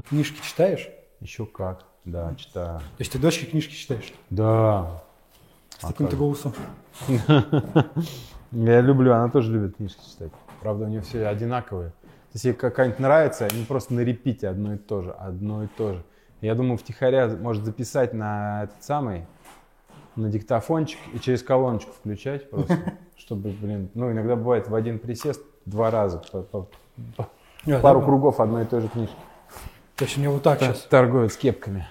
Книжки читаешь? Еще как, да, читаю. То есть ты дочке книжки читаешь? Да. С таким-то голосом. Я люблю, она тоже любит книжки читать. Правда, у нее все одинаковые. То есть ей какая-нибудь нравится, они просто на репите одно и то же, одно и то же. Я думаю, втихаря может записать на этот самый, на диктофончик и через колоночку включать просто, чтобы, ну иногда бывает в один присест 2 раза, пару кругов одной и той же книжки. То есть у него вот так сейчас. Торгуют с кепками.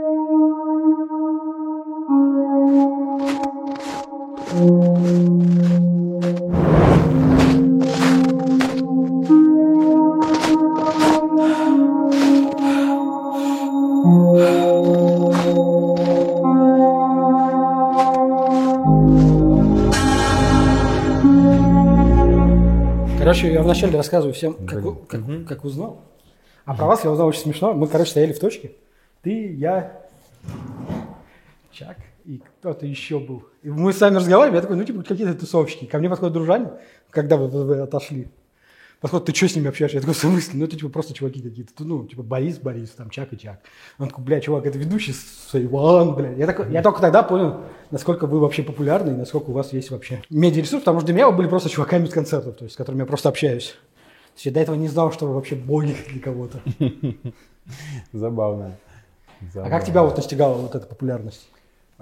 Короче, я вначале рассказываю всем, как узнал. А про вас я узнал очень смешно. Мы, короче, стояли в точке. Ты, я, Чак и кто-то еще был. И мы сами разговаривали, я такой, ну, типа, какие-то тусовщики. Ко мне подходит дружане, когда вы отошли. Подходит, ты что с ними общаешься? Я такой, в смысле? Ну, это, типа, просто чуваки какие-то. Ну, типа, Борис, там, Чак и Чак. Он такой, бля, чувак, это ведущий Иван, бля. Я только тогда понял, насколько вы вообще популярны и насколько у вас есть вообще медиаресурс, потому что для меня вы были просто чуваками с концертов, то есть, с которыми я просто общаюсь. То есть, я до этого не знал, что вы вообще боги для кого-то. Забавно. А как тебя вот настигала вот эта популярность?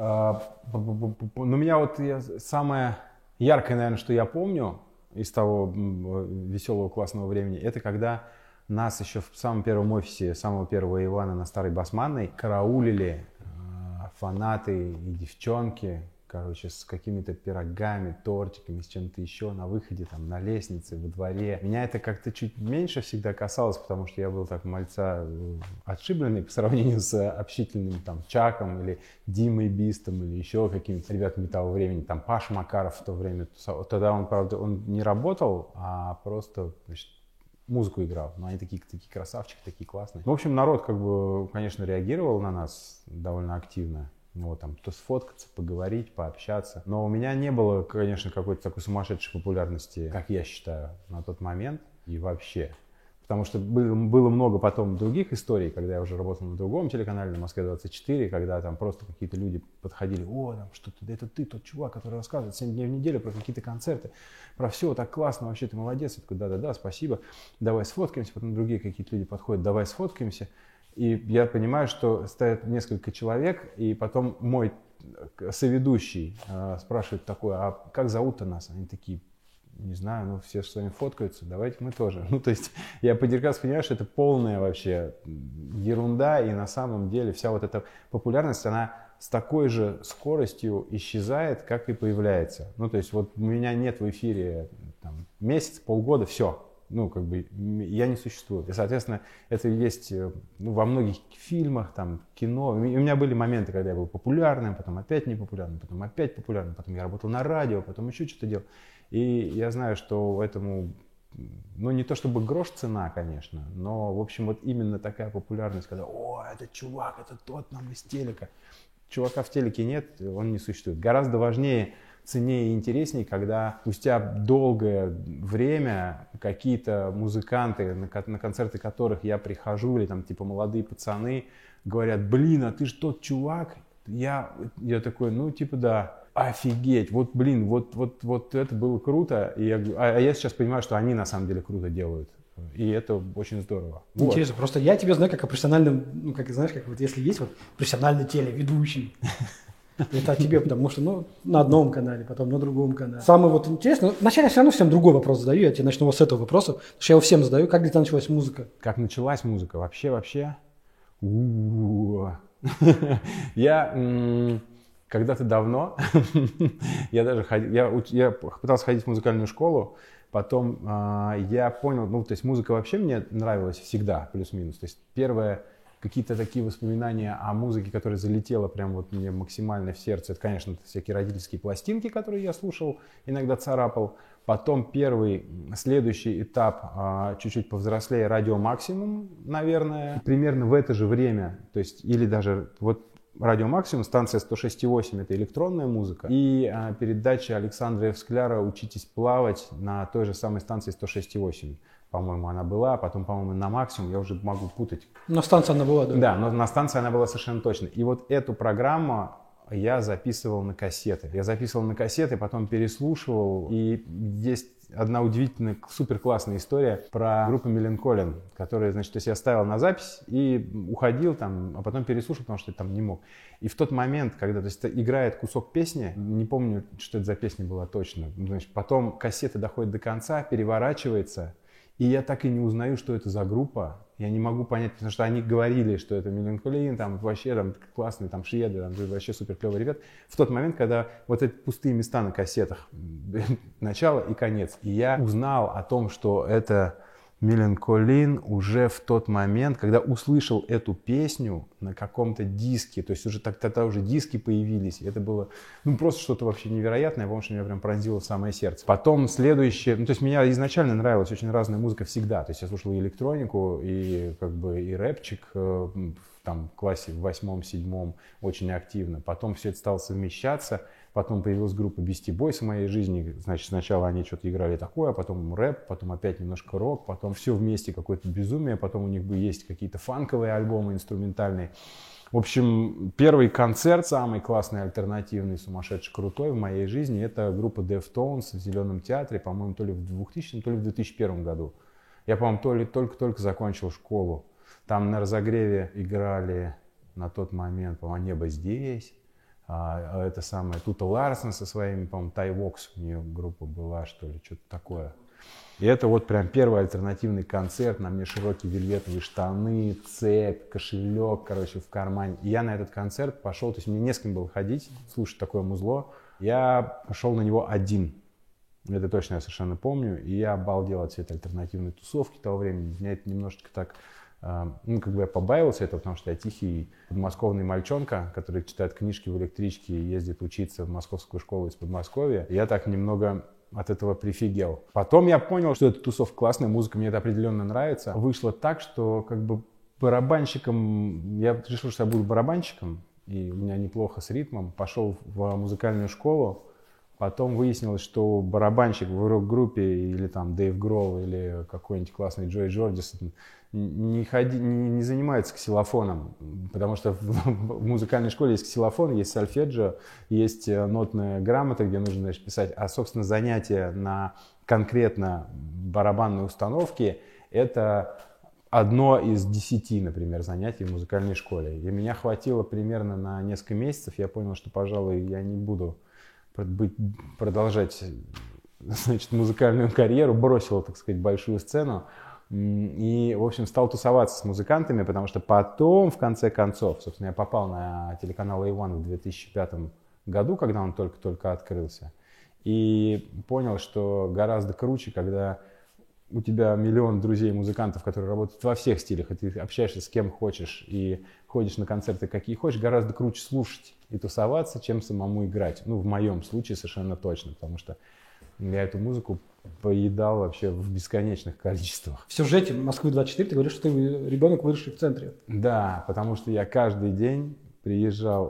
Ну, меня вот самое яркое, наверное, что я помню из того веселого классного времени, это когда нас еще в самом первом офисе самого первого Ивана на Старой Басманной караулили фанаты и девчонки, короче, с какими-то пирогами, тортиками, с чем-то еще на выходе, там, на лестнице, во дворе. Меня это как-то чуть меньше всегда касалось, потому что я был так мальца отшибленный по сравнению с общительным там Чаком или Димой Бистом или еще какими-то ребятами того времени, там Паша Макаров в то время. Тогда он, правда, он не работал, а просто, значит, музыку играл. Но они такие красавчики, такие классные. В общем, народ, как бы, конечно, реагировал на нас довольно активно. Ну, вот, там, то сфоткаться, поговорить, пообщаться. Но у меня не было, конечно, какой-то такой сумасшедшей популярности, как я считаю, на тот момент и вообще. Потому что было много потом других историй, когда я уже работал на другом телеканале, на Москве-24, когда там просто какие-то люди подходили, о, там что-то, это ты тот чувак, который рассказывает 7 дней в неделю про какие-то концерты, про все, так классно, вообще ты молодец. Я такой, да-да-да, спасибо, давай сфоткаемся. Потом другие какие-то люди подходят, давай сфоткаемся. И я понимаю, что стоят несколько человек, и потом мой соведущий спрашивает такое, а как зовут-то нас? Они такие, не знаю, ну все с вами фоткаются, давайте мы тоже. Ну то есть я прекрасно понимаю, что это полная вообще ерунда, и на самом деле вся вот эта популярность, она с такой же скоростью исчезает, как и появляется. Ну то есть вот у меня нет в эфире там, месяц, полгода, все. Ну, как бы, я не существую. И, соответственно, это есть во многих фильмах, там, кино. И у меня были моменты, когда я был популярным, потом опять непопулярным, потом опять популярным, потом я работал на радио, потом еще что-то делал. И я знаю, что этому, ну, не то чтобы грош цена, конечно, но, в общем, вот именно такая популярность, когда, о, это чувак, это тот нам из телека. Чувака в телеке нет, он не существует. Гораздо важнее, ценнее и интереснее, когда спустя долгое время какие-то музыканты, на концерты которых я прихожу, или там типа молодые пацаны, говорят, блин, а ты же тот чувак. Я такой, ну типа да, офигеть, вот блин, вот это было круто. И я сейчас понимаю, что они на самом деле круто делают. И это очень здорово. Интересно, вот. Просто я тебя знаю как о профессиональном, ну как знаешь, как вот если есть вот профессиональный телеведущий. Это о тебе, потому что, ну, на одном канале, потом на другом канале. Самое вот интересное, вначале я все равно всем другой вопрос задаю, я тебе начну вот с этого вопроса, потому что я его всем задаю, как где-то началась музыка? Как началась музыка? Вообще? Я когда-то давно, я пытался ходить в музыкальную школу, потом я понял, ну, то есть музыка вообще мне нравилась всегда, плюс-минус, то есть первое, какие-то такие воспоминания о музыке, которая залетела прям вот мне максимально в сердце. Это, конечно, всякие родительские пластинки, которые я слушал, иногда царапал. Потом следующий этап, чуть-чуть повзрослее, радио Максимум, наверное. Примерно в это же время, то есть или даже вот радио Максимум, станция 106,8 это электронная музыка. И передача Александра Евскляра «Учитесь плавать» на той же самой станции 106,8. по-моему, она была, потом, по-моему, на Максимум, я уже могу путать. На станции она была, да? Да, но на станции она была совершенно точно. И вот эту программу я записывал на кассеты. Я записывал на кассеты, потом переслушивал. И есть одна удивительная, супер классная история про группу Миленколин, которая, значит, то есть я ставил на запись и уходил там, а потом переслушал, потому что я там не мог. И в тот момент, когда, то есть, играет кусок песни, не помню, что это за песня была точно, значит, потом кассета доходит до конца, переворачивается, и я так и не узнаю, что это за группа. Я не могу понять, потому что они говорили, что это Миленколин, там вообще там классные, там шведы, там вообще супер клевые ребят. В тот момент, когда вот эти пустые места на кассетах, начало и конец. И я узнал о том, что это Миленколин уже в тот момент, когда услышал эту песню на каком-то диске, то есть уже тогда уже диски появились, и это было просто что-то вообще невероятное, потому что меня прям пронзило в самое сердце. Потом следующее, то есть меня изначально нравилась очень разная музыка всегда, то есть я слушал и электронику, и как бы и рэпчик, там в классе в 8-7 очень активно, потом все это стало совмещаться. Потом появилась группа Beastie Boys в моей жизни. Значит, сначала они что-то играли такое, а потом рэп, потом опять немножко рок, потом все вместе какое-то безумие, потом у них есть какие-то фанковые альбомы инструментальные. В общем, первый концерт, самый классный, альтернативный, сумасшедший, крутой в моей жизни, это группа Deftones в Зеленом театре, по-моему, то ли в 2000, то ли в 2001 году. Я, по-моему, только-только закончил школу. Там на разогреве играли на тот момент, по-моему, «Небо здесь». Это самое Тута Ларсон со своими, по-моему, Тайвокс у нее группа была, что ли, что-то такое. И это вот прям первый альтернативный концерт, на мне широкие вельветовые штаны, цепь, кошелек, короче, в кармане. И я на этот концерт пошел, то есть мне не с кем было ходить, слушать такое музло. Я пошел на него один, это точно я совершенно помню, и я обалдел от всей этой альтернативной тусовки того времени. Меня это немножечко так... как бы я побаивался этого, потому что я тихий подмосковный мальчонка, который читает книжки в электричке и ездит учиться в московскую школу из Подмосковья. Я так немного от этого прифигел. Потом я понял, что эта тусовка классная, музыка мне это определенно нравится. Вышло так, что как бы барабанщиком, я решил, что я буду барабанщиком, и у меня неплохо с ритмом. Пошел в музыкальную школу. Потом выяснилось, что барабанщик в рок-группе или там Дэйв Гролл или какой-нибудь классный Джой Джордисон не занимается ксилофоном, потому что в музыкальной школе есть ксилофон, есть сольфеджио, есть нотная грамота, где нужно, значит, писать, а, собственно, занятия на конкретно барабанной установке — это одно из 10, например, занятий в музыкальной школе. И меня хватило примерно на несколько месяцев, я понял, что, пожалуй, я не буду продолжать, значит, музыкальную карьеру, бросил, так сказать, большую сцену и, в общем, стал тусоваться с музыкантами, потому что потом, в конце концов, собственно, я попал на телеканал A1 в 2005 году, когда он только-только открылся, и понял, что гораздо круче, когда у тебя миллион друзей-музыкантов, которые работают во всех стилях, и ты общаешься с кем хочешь и ходишь на концерты, какие хочешь, гораздо круче слушать и тусоваться, чем самому играть. Ну, в моем случае совершенно точно, потому что я эту музыку поедал вообще в бесконечных количествах. В сюжете «Москвы-24» ты говоришь, что ты ребенок, выросший в центре. Да, потому что я каждый день приезжал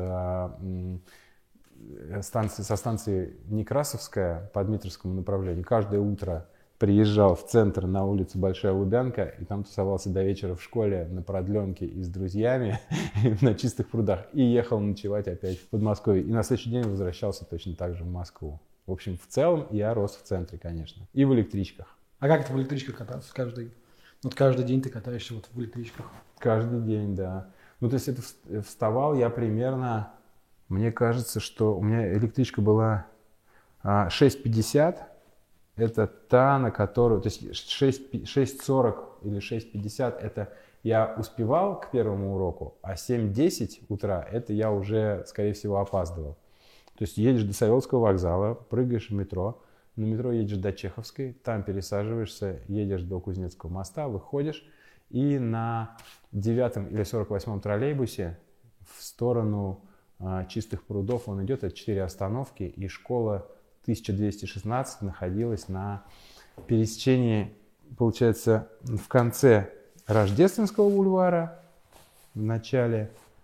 со станции Некрасовская по Дмитровскому направлению. Каждое утро приезжал в центр на улицу Большая Лубянка, и там тусовался до вечера в школе на продленке и с друзьями на Чистых прудах. И ехал ночевать опять в Подмосковье. И на следующий день возвращался точно так же в Москву. В общем, в целом я рос в центре, конечно. И в электричках. А как это в электричках кататься? Каждый день ты катаешься вот в электричках? Каждый день, да. Ну, то есть это вставал я примерно... Мне кажется, что у меня электричка была 6:50. Это та, на которую, то есть 6:40 или 6:50 это я успевал к первому уроку, а 7:10 утра это я уже, скорее всего, опаздывал. То есть едешь до Савеловского вокзала, прыгаешь в метро, на метро едешь до Чеховской, там пересаживаешься, едешь до Кузнецкого моста, выходишь и на 9 или 48 троллейбусе в сторону Чистых прудов он идет, это 4 остановки, и школа 1216 находилась на пересечении, получается, в конце Рождественского бульвара, в начале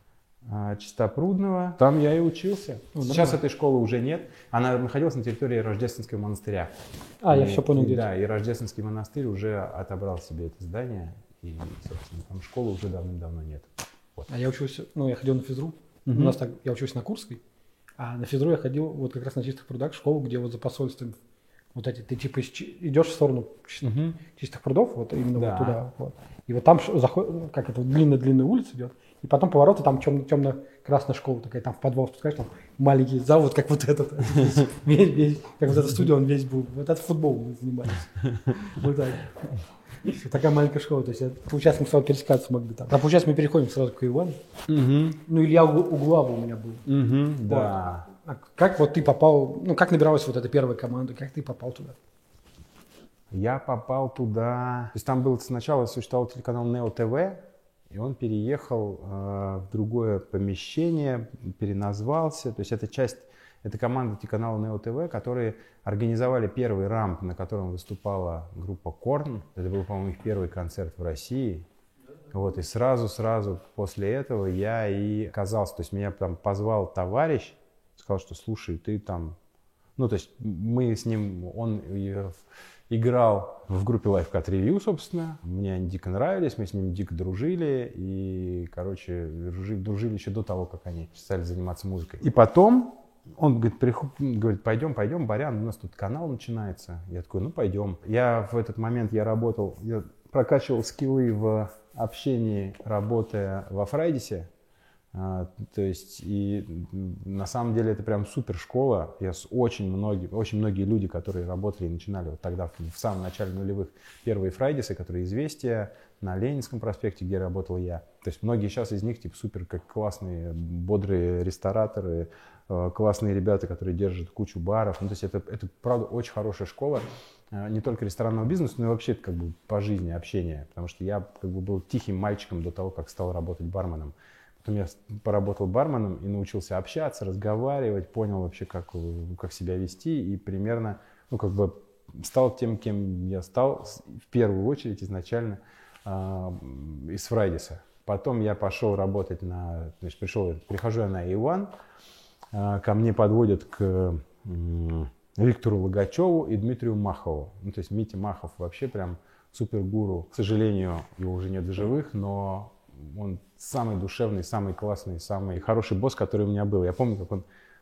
Чистопрудного. Там я и учился. Сейчас нормально. этой школы уже нет. Она находилась на территории Рождественского монастыря. Я все понял, где Да, и Рождественский монастырь уже отобрал себе это здание. И, собственно, там школы уже давным-давно нет. Вот. Я учился, я ходил на физру. У нас так, я учился на Курской, а на физру я ходил вот как раз на Чистых прудах, школу, где вот за посольством вот эти, ты типа идешь в сторону Чистых прудов, вот именно вот туда. Вот. И вот там как это, длинная-длинная улица идет, и потом повороты, там темно-красная школа такая, там в подвал спускаешь, там маленький зал, вот как вот этот, весь, как вот эта студия, он весь был, вот это футбол мы занимались. Вот так. Такая маленькая школа, то есть, получается, мы сразу пересекаться могли там. А получается, мы переходим сразу к Ивану. Илья Углава у меня был. Да. А как вот ты попал, как набиралась вот эта первая команда, как ты попал туда? Я попал туда, то есть там был сначала существовал телеканал Нео ТВ, и он переехал в другое помещение, переназвался, то есть это команда телеканала Нео ТВ, которые организовали первый рамп, на котором выступала группа Корн. Это был, по-моему, их первый концерт в России. Вот, и сразу после этого я и оказался, то есть меня там позвал товарищ, сказал, что слушай, ты там, то есть мы с ним, он играл в группе Live Cut Review, собственно, мне они дико нравились, мы с ним дико дружили, и, дружили еще до того, как они стали заниматься музыкой. И потом он говорит, пойдем, Барян, у нас тут канал начинается. Я такой, пойдем. В этот момент я прокачивал скиллы в общении, работая во Фрайдисе. То есть, и на самом деле это прям супер школа. Очень многие люди, которые работали и начинали вот тогда, в самом начале нулевых, первые Фрайдисы, которые «Известия», на Ленинском проспекте, где работал я. То есть многие сейчас из них супер как классные, бодрые рестораторы, классные ребята, которые держат кучу баров. То есть это правда очень хорошая школа. Не только ресторанного бизнеса, но и вообще по жизни общения. Потому что я был тихим мальчиком до того, как стал работать барменом. Потом я поработал барменом и научился общаться, разговаривать, понял вообще, как себя вести, и примерно, стал тем, кем я стал, в первую очередь изначально из Фрайдиса. Потом я пошел работать прихожу я на A1, ко мне подводят к Виктору Логачеву и Дмитрию Махову. То есть Митя Махов вообще прям супергуру. К сожалению, его уже нет в живых, но он самый душевный, самый классный, самый хороший босс, который у меня был. Я помню, как он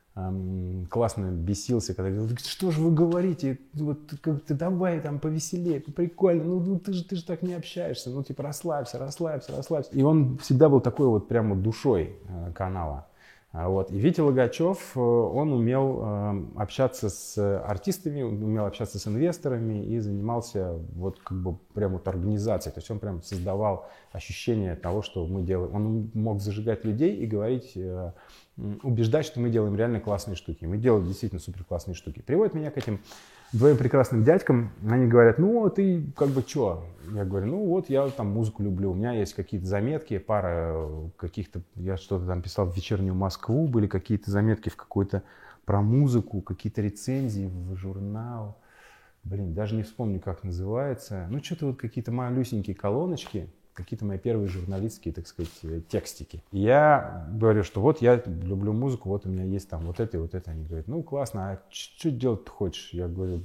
классно бесился, когда говорил, что же вы говорите, ты давай там повеселее, прикольно, ты же так не общаешься, расслабься. И он всегда был такой прямо душой канала. И Витя Логачев, он умел общаться с артистами, умел общаться с инвесторами и занимался прям организацией. То есть он прям создавал ощущение того, что мы делаем. Он мог зажигать людей и говорить, убеждать, что мы делаем реально классные штуки. Мы делали действительно супер классные штуки. Приводят меня к этим двоим прекрасным дядькам, они говорят, ты чё? Я говорю, я там музыку люблю, у меня есть какие-то заметки, пара каких-то, я что-то там писал в «Вечернюю Москву», были какие-то заметки в какой-то про музыку, какие-то рецензии в журнал, даже не вспомню, как называется, что-то какие-то малюсенькие колоночки, какие-то мои первые журналистские, так сказать, текстики. И я говорю, что я люблю музыку, у меня есть там вот это и вот это. Они говорят, классно, а что делать ты хочешь? Я говорю,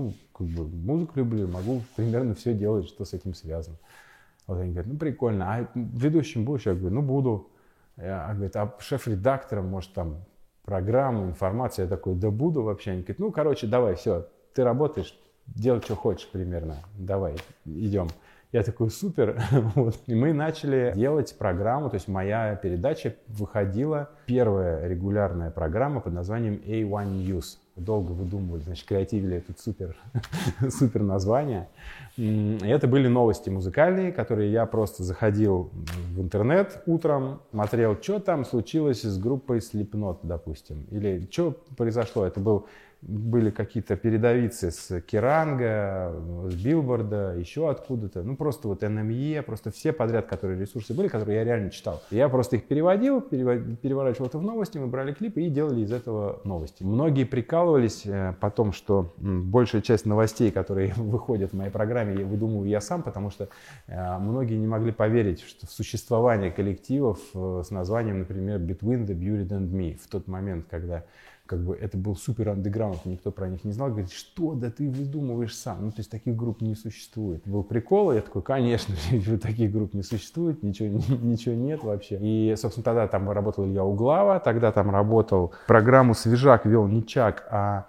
музыку люблю, могу примерно все делать, что с этим связано. Они говорят, прикольно, а ведущим будешь? Я говорю, буду. Говорят, а шеф-редактором, может, там, программу, информацию? Я такой, да буду вообще. Они говорят, давай, все, ты работаешь, делай, что хочешь примерно, давай, идем. Я такой, супер. И мы начали делать программу, то есть моя передача выходила, первая регулярная программа под названием A1 News. Долго выдумывали, креативили это супер название. И это были новости музыкальные, которые я просто заходил в интернет утром, смотрел, что там случилось с группой Slipknot, допустим, или что произошло. Это был были какие-то передовицы с Керранга, с Билборда, еще откуда-то. Ну, просто вот НМЕ, просто все подряд, которые ресурсы были, которые я реально читал. Я просто их переводил, переворачивал это в новости, мы брали клипы и делали из этого новости. Многие прикалывались потом, что большая часть новостей, которые выходят в моей программе, я выдумываю я сам, потому что многие не могли поверить что в существование коллективов с названием, например, Between the Buried and Me. В тот момент, когда как бы это был супер андеграунд, никто про них не знал, говорит, что, да ты выдумываешь сам, ну то есть таких групп не существует. Был прикол, и я такой, конечно же, таких групп не существует, ничего нет вообще. И, собственно, тогда там работал Илья Углава, тогда там работал, программу «Свежак» вел не Чак, а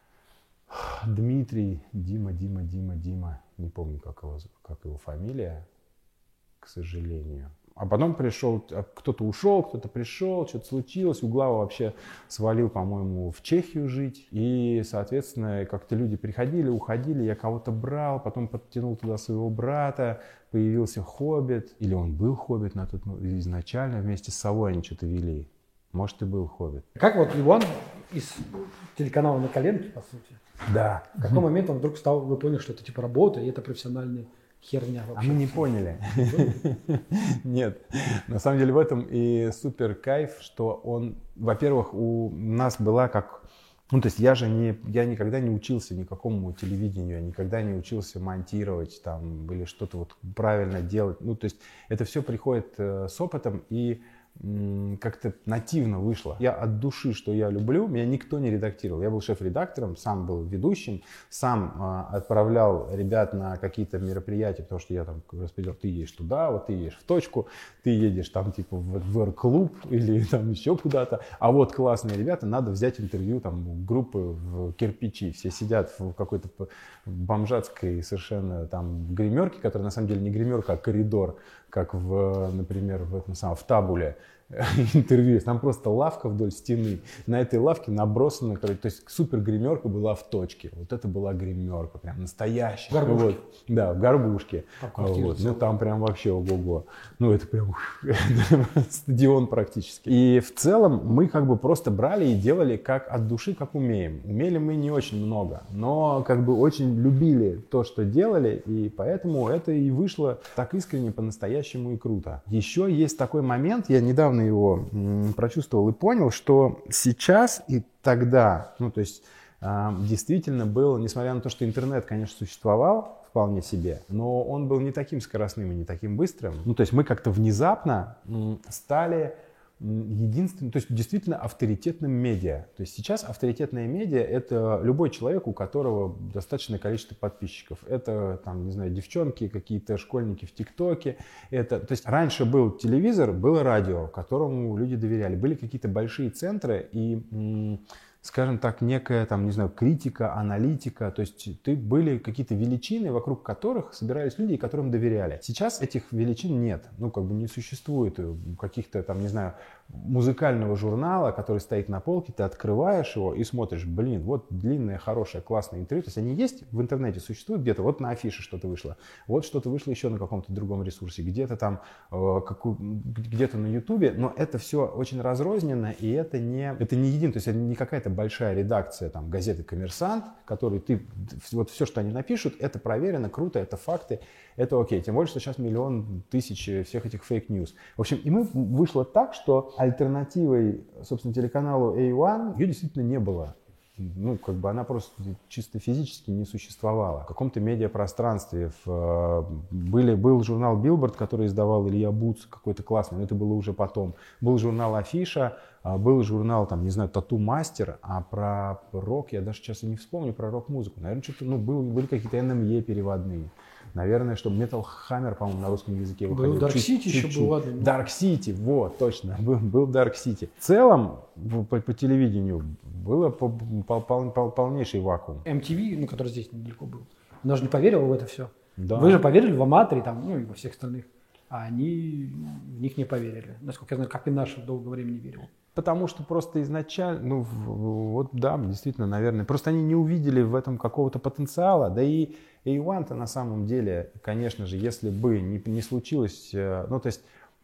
Дмитрий, Дима, не помню, как его фамилия, к сожалению. А потом пришел, кто-то ушел, кто-то пришел, что-то случилось. Углава вообще свалил, по-моему, в Чехию жить. И, соответственно, как-то люди приходили, уходили, я кого-то брал, потом подтянул туда своего брата, появился «Хоббит». Или он был «Хоббит» на тот момент, изначально вместе с Совой они что-то вели. Может, и был «Хоббит». Как вот Иван из телеканала «На коленке», по сути. Да. В какой момент он вдруг стал, вы поняли, что это типа работа, и это профессиональная херня вообще. А мы не поняли. Нет. На самом деле в этом и супер кайф, что он, во-первых, у нас была как... Ну, то есть я никогда не учился никакому телевидению, я никогда не учился монтировать там или что-то вот правильно делать. Ну, то есть это все приходит с опытом и как-то нативно вышло. Я от души, что я люблю, меня никто не редактировал. Я был шеф-редактором, сам был ведущим, сам отправлял ребят на какие-то мероприятия, потому что я там распределял, ты едешь туда, вот ты едешь в точку, ты едешь там типа в R-клуб или там еще куда-то, а вот классные ребята, надо взять интервью там группы в Кирпичи, все сидят в какой-то бомжатской совершенно там гримерке, которая на самом деле не гримерка, а коридор, как например, в Табуле интервью. Там просто лавка вдоль стены. На этой лавке набросано, то есть супер гримерка была в точке. Вот это была гримерка, прям настоящая. В горбушке. Вот. Да, в горбушке. Вот. Ну там прям вообще ого-го. Ну это прям стадион практически. И в целом мы как бы просто брали и делали как от души, как умеем. Умели мы не очень много, но как бы очень любили то, что делали, и поэтому это и вышло так искренне, по-настоящему и круто. Еще есть такой момент, я недавно его прочувствовал и понял, что сейчас и тогда, ну то есть действительно было, несмотря на то, что интернет, конечно, существовал вполне себе, но он был не таким скоростным и не таким быстрым. Ну то есть мы как-то внезапно стали единственным, то есть действительно авторитетным медиа. То есть сейчас авторитетное медиа — это любой человек, у которого достаточное количество подписчиков. Это, там, не знаю, девчонки, какие-то школьники в ТикТоке. То есть раньше был телевизор, было радио, которому люди доверяли. Были какие-то большие центры и, скажем так, некая, там, не знаю, критика, аналитика, то есть были какие-то величины, вокруг которых собирались люди, которым доверяли. Сейчас этих величин нет, ну, как бы не существует каких-то, там, не знаю, музыкального журнала, который стоит на полке, ты открываешь его и смотришь, блин, вот длинное, хорошее, классное интервью, то есть они есть в интернете, существуют где-то, вот на афише что-то вышло, вот что-то вышло еще на каком-то другом ресурсе, где-то там, где-то на Ютубе, но это все очень разрозненно, и это не един, то есть это не какая-то большая редакция там газеты «Коммерсант», который вот все, что они напишут, это проверено, круто, это факты, это окей. Тем более, что сейчас 1 000 000 всех этих фейк-ньюс. В общем, и вышло так, что альтернативой, собственно, телеканалу A1 ее действительно не было. Ну, как бы она просто чисто физически не существовала. В каком-то медиапространстве был журнал «Билборд», который издавал Илья Буц, какой-то классный, но это было уже потом. Был журнал «Афиша», был журнал, там, не знаю, «Тату Мастер», а про рок я даже сейчас и не вспомню, про рок-музыку. Наверное, что-то, были какие-то НМЕ переводные. Наверное, что Metal Hammer, по-моему, на русском языке выходил. Был Dark City еще был, ладно. Dark City, вот, точно, был Dark City. В целом, по телевидению было полнейший вакуум. MTV, ну, который здесь недалеко был, он даже не поверил в это все. Да. Вы же поверили в Аматори, там, ну, и во всех остальных, а они в них не поверили. Насколько я знаю, как и наш долгое время не верил. Потому что просто изначально, ну вот да, действительно, наверное, просто они не увидели в этом какого-то потенциала, да и A1-то на самом деле, конечно же, если бы не случилось, ну то есть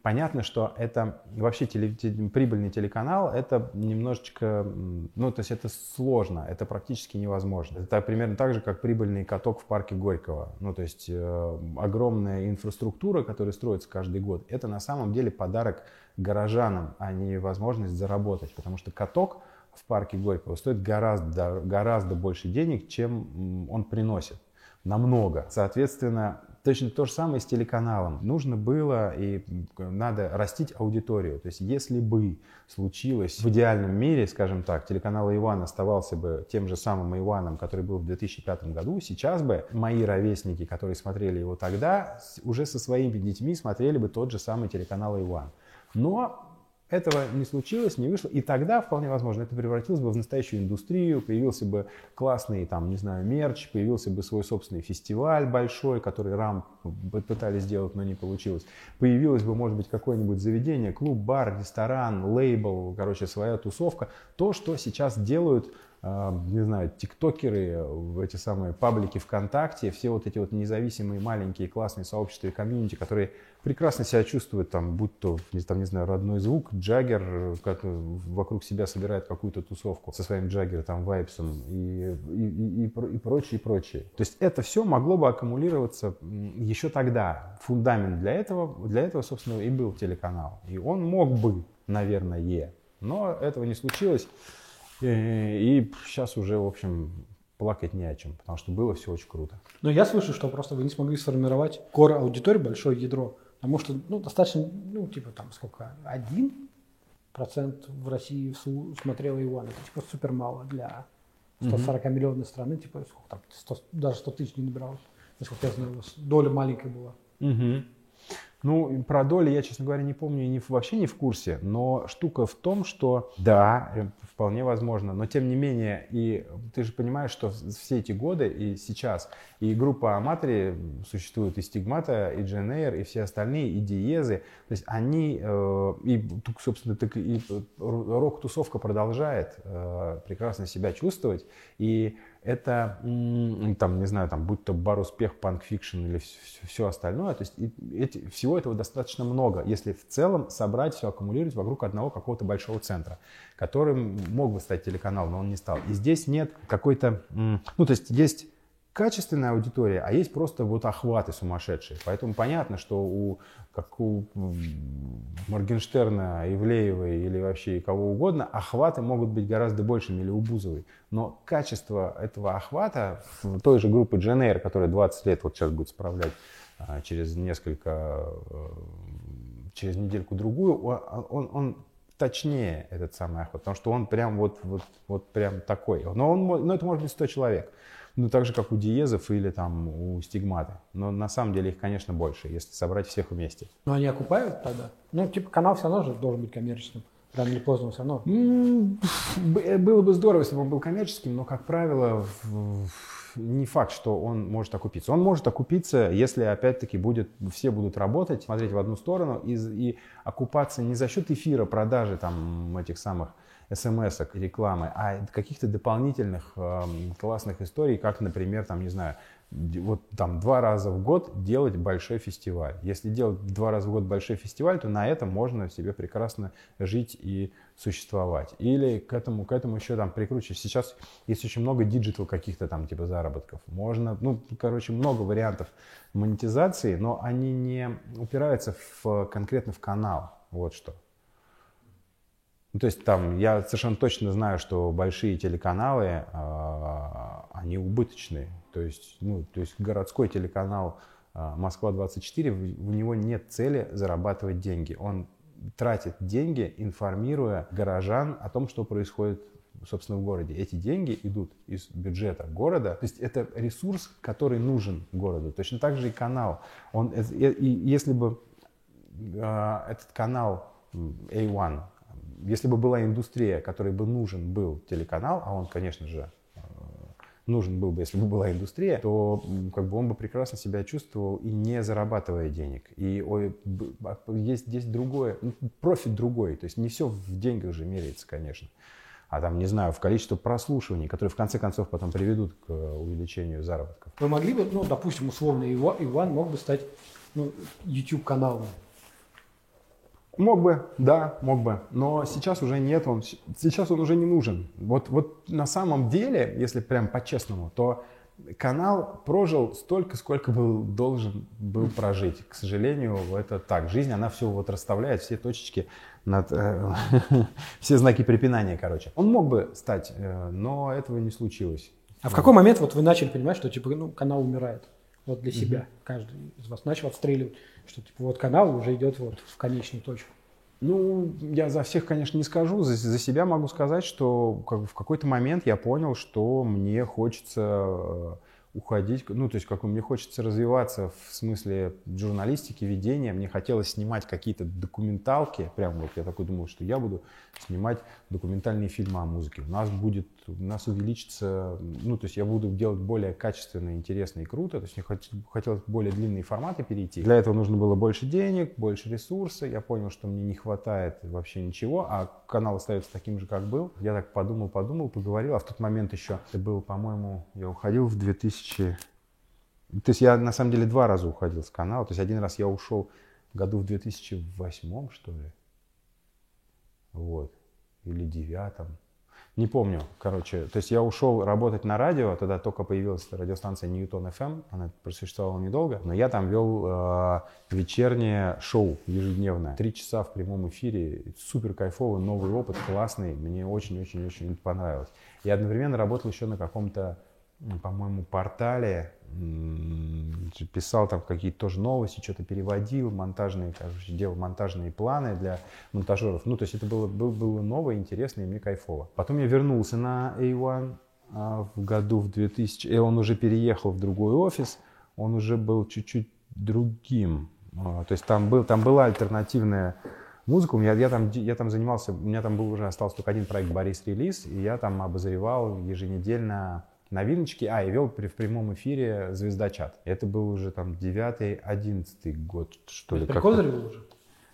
Понятно, что это вообще прибыльный телеканал, это немножечко, ну, то есть это сложно, это практически невозможно. Это примерно так же, как прибыльный каток в парке Горького. Ну, то есть огромная инфраструктура, которая строится каждый год, это на самом деле подарок горожанам, а не возможность заработать. Потому что каток в парке Горького стоит гораздо больше денег, чем он приносит. Намного. Соответственно, точно то же самое с телеканалом. Нужно было и надо растить аудиторию. То есть если бы случилось в идеальном мире, скажем так, телеканал Иван оставался бы тем же самым Иваном, который был в 2005 году, сейчас бы мои ровесники, которые смотрели его тогда, уже со своими детьми смотрели бы тот же самый телеканал Иван. Но этого не случилось, не вышло, и тогда, вполне возможно, это превратилось бы в настоящую индустрию, появился бы классный, там, не знаю, мерч, появился бы свой собственный фестиваль большой, который РАМ пытались сделать, но не получилось. Появилось бы, может быть, какое-нибудь заведение, клуб, бар, ресторан, лейбл, короче, своя тусовка. То, что сейчас делают, не знаю, тиктокеры, эти самые паблики ВКонтакте, все вот эти вот независимые маленькие классные сообщества и комьюнити, которые прекрасно себя чувствуют, там, будь то, там, не знаю, родной звук, Джаггер, вокруг себя собирает какую-то тусовку со своим Джаггер, там, вайбсом и прочее, и прочее. То есть это все могло бы аккумулироваться еще тогда. Фундамент для этого, собственно, и был телеканал. И он мог бы, наверное, но этого не случилось. И сейчас уже, в общем, плакать не о чем, потому что было все очень круто. Но я слышу, что просто вы не смогли сформировать core аудитории, большое ядро, потому что, ну, достаточно, ну, типа, там, сколько, 1% в России смотрел Иван, это, типа, супер мало для 140-миллионной страны, типа, сколько там, даже 100 тысяч не набиралось, насколько я знаю, доля маленькая была. Ну, про доли я, честно говоря, не помню и вообще не в курсе, но штука в том, что да, вполне возможно, но тем не менее, и ты же понимаешь, что все эти годы и сейчас и группа Аматори существует, и Стигмата, и Джейн Эйр, и все остальные, и Диезы, то есть они, и, собственно, так и рок-тусовка продолжает прекрасно себя чувствовать, и это, там, не знаю, там, будь то бар-успех, панк-фикшн или все остальное, то есть всего этого достаточно много, если в целом собрать все, аккумулировать вокруг одного какого-то большого центра, которым мог бы стать телеканал, но он не стал. И здесь нет какой-то, ну, то есть есть качественная аудитория, а есть просто вот охваты сумасшедшие. Поэтому понятно, что как у Моргенштерна, Ивлеевой или вообще кого угодно, охваты могут быть гораздо большими, или у Бузовой. Но качество этого охвата в той же группе Джейн Эйр, которая 20 лет вот сейчас будет справлять через недельку-другую, он точнее, этот самый охват, потому что он прям вот прям такой. Но это может быть 100 человек. Ну, так же, как у Диезов или там у Стигматы. Но на самом деле их, конечно, больше, если собрать всех вместе. Но они окупают тогда? Ну, типа, канал все равно же должен быть коммерческим. Рано или поздно все равно. Было бы здорово, если бы он был коммерческим, но, как правило, не факт, что он может окупиться. Он может окупиться, если, опять-таки, все будут работать, смотреть в одну сторону и окупаться не за счет эфира, продажи там этих самых смс-ок, рекламы, а каких-то дополнительных классных историй, как, например, там, не знаю, вот там 2 раза в год делать большой фестиваль. Если делать 2 раза в год большой фестиваль, то на этом можно себе прекрасно жить и существовать. Или к этому еще там прикручивать. Сейчас есть очень много диджитал каких-то там типа заработков. Можно, много вариантов монетизации, но они не упираются конкретно в канал. Вот что. Ну, то есть там я совершенно точно знаю, что большие телеканалы, они убыточные. То есть городской телеканал Москва-24, у него нет цели зарабатывать деньги. Он тратит деньги, информируя горожан о том, что происходит, собственно, в городе. Эти деньги идут из бюджета города. То есть это ресурс, который нужен городу. Точно так же и канал. Если бы этот канал A1, если бы была индустрия, которой бы нужен был телеканал, а он, конечно же, нужен был бы, если бы была индустрия, то как бы он бы прекрасно себя чувствовал и не зарабатывая денег. И есть здесь другое, профит другой, то есть не все в деньгах же меряется, конечно. А там, не знаю, в количестве прослушиваний, которые в конце концов потом приведут к увеличению заработков. Вы могли бы, допустим, условно, Иван мог бы стать YouTube-каналом? Мог бы, да, мог бы, но сейчас уже нет, сейчас он уже не нужен. Вот на самом деле, если прям по-честному, то канал прожил столько, сколько должен был прожить. К сожалению, это так. Жизнь, она все вот расставляет, все точечки, все знаки препинания, короче. Он мог бы стать, но этого не случилось. А в какой момент вот вы начали понимать, что типа, ну, канал умирает? Вот для себя каждый из вас начал отстреливать, что типа вот канал уже идет вот в конечную точку. Ну, я за всех, конечно, не скажу. За себя могу сказать, что как бы в какой-то момент я понял, что мне хочется уходить, ну, то есть как мне хочется развиваться в смысле журналистики, ведения. Мне хотелось снимать какие-то документалки. Прям вот я такой думал, что я буду снимать документальные фильмы о музыке. У нас увеличится, ну, то есть я буду делать более качественно, интересно и круто. То есть мне хотелось более длинные форматы перейти. Для этого нужно было больше денег, больше ресурсов. Я понял, что мне не хватает вообще ничего, а канал остается таким же, как был. Я так подумал, поговорил. А в тот момент еще, это был, по-моему, я уходил в 2000... То есть я на самом деле 2 раза уходил с канала. То есть один раз я ушел году в 2008, что ли. Вот. Или 2009. Не помню, короче. То есть я ушел работать на радио, тогда только появилась радиостанция Ньютон FM, она просуществовала недолго, но я там вел вечернее шоу ежедневное. 3 часа в прямом эфире, супер кайфовый, новый опыт, классный, мне очень-очень-очень понравилось. И одновременно работал еще на каком-то, по-моему, портале, писал там какие-то тоже новости, что-то переводил, монтажные, короче, делал монтажные планы для монтажеров. Ну, то есть это было новое, интересно, и мне кайфово. Потом я вернулся на A1 в году в 2000, и он уже переехал в другой офис, он уже был чуть-чуть другим. То есть там была альтернативная музыка. Я там занимался, у меня там остался только один проект «Борис Релиз», и я там обозревал еженедельно новиночки, и вел в прямом эфире «Звездочат». Это был уже там 9-11 год, что ли. При Козыреве уже?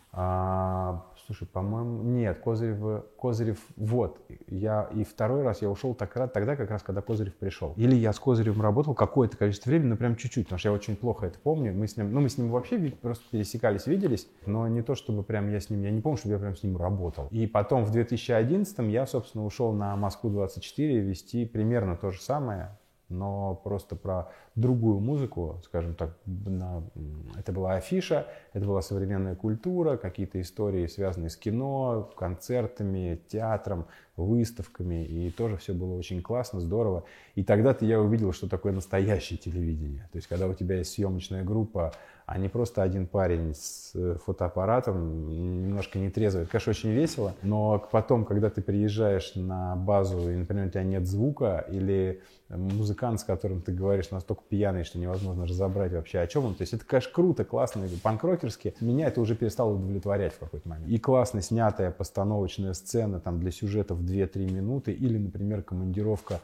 Слушай, по-моему, нет, Козырев, вот. И второй раз я ушел тогда, как раз, когда Козырев пришел. Или я с Козыревым работал какое-то количество времени, но прям чуть-чуть, потому что я очень плохо это помню. Мы с ним вообще просто пересекались, виделись, но не то, чтобы прям я не помню, чтобы я прям с ним работал. И потом в 2011 я, собственно, ушел на Москву-24 вести примерно то же самое, но просто про другую музыку, скажем так. Это была афиша, это была современная культура, какие-то истории, связанные с кино, концертами, театром, выставками, и тоже все было очень классно, здорово. И тогда-то я увидел, что такое настоящее телевидение. То есть, когда у тебя есть съемочная группа, а не просто один парень с фотоаппаратом, немножко нетрезвый. Это, конечно, очень весело, но потом, когда ты приезжаешь на базу, и, например, у тебя нет звука, или музыкант, с которым ты говоришь, настолько пьяный, что невозможно разобрать вообще, о чем он. То есть это, конечно, круто, классно, панк-рокерски. Меня это уже перестало удовлетворять в какой-то момент. И классно снятая постановочная сцена там, для сюжета в 2-3 минуты, или, например, командировка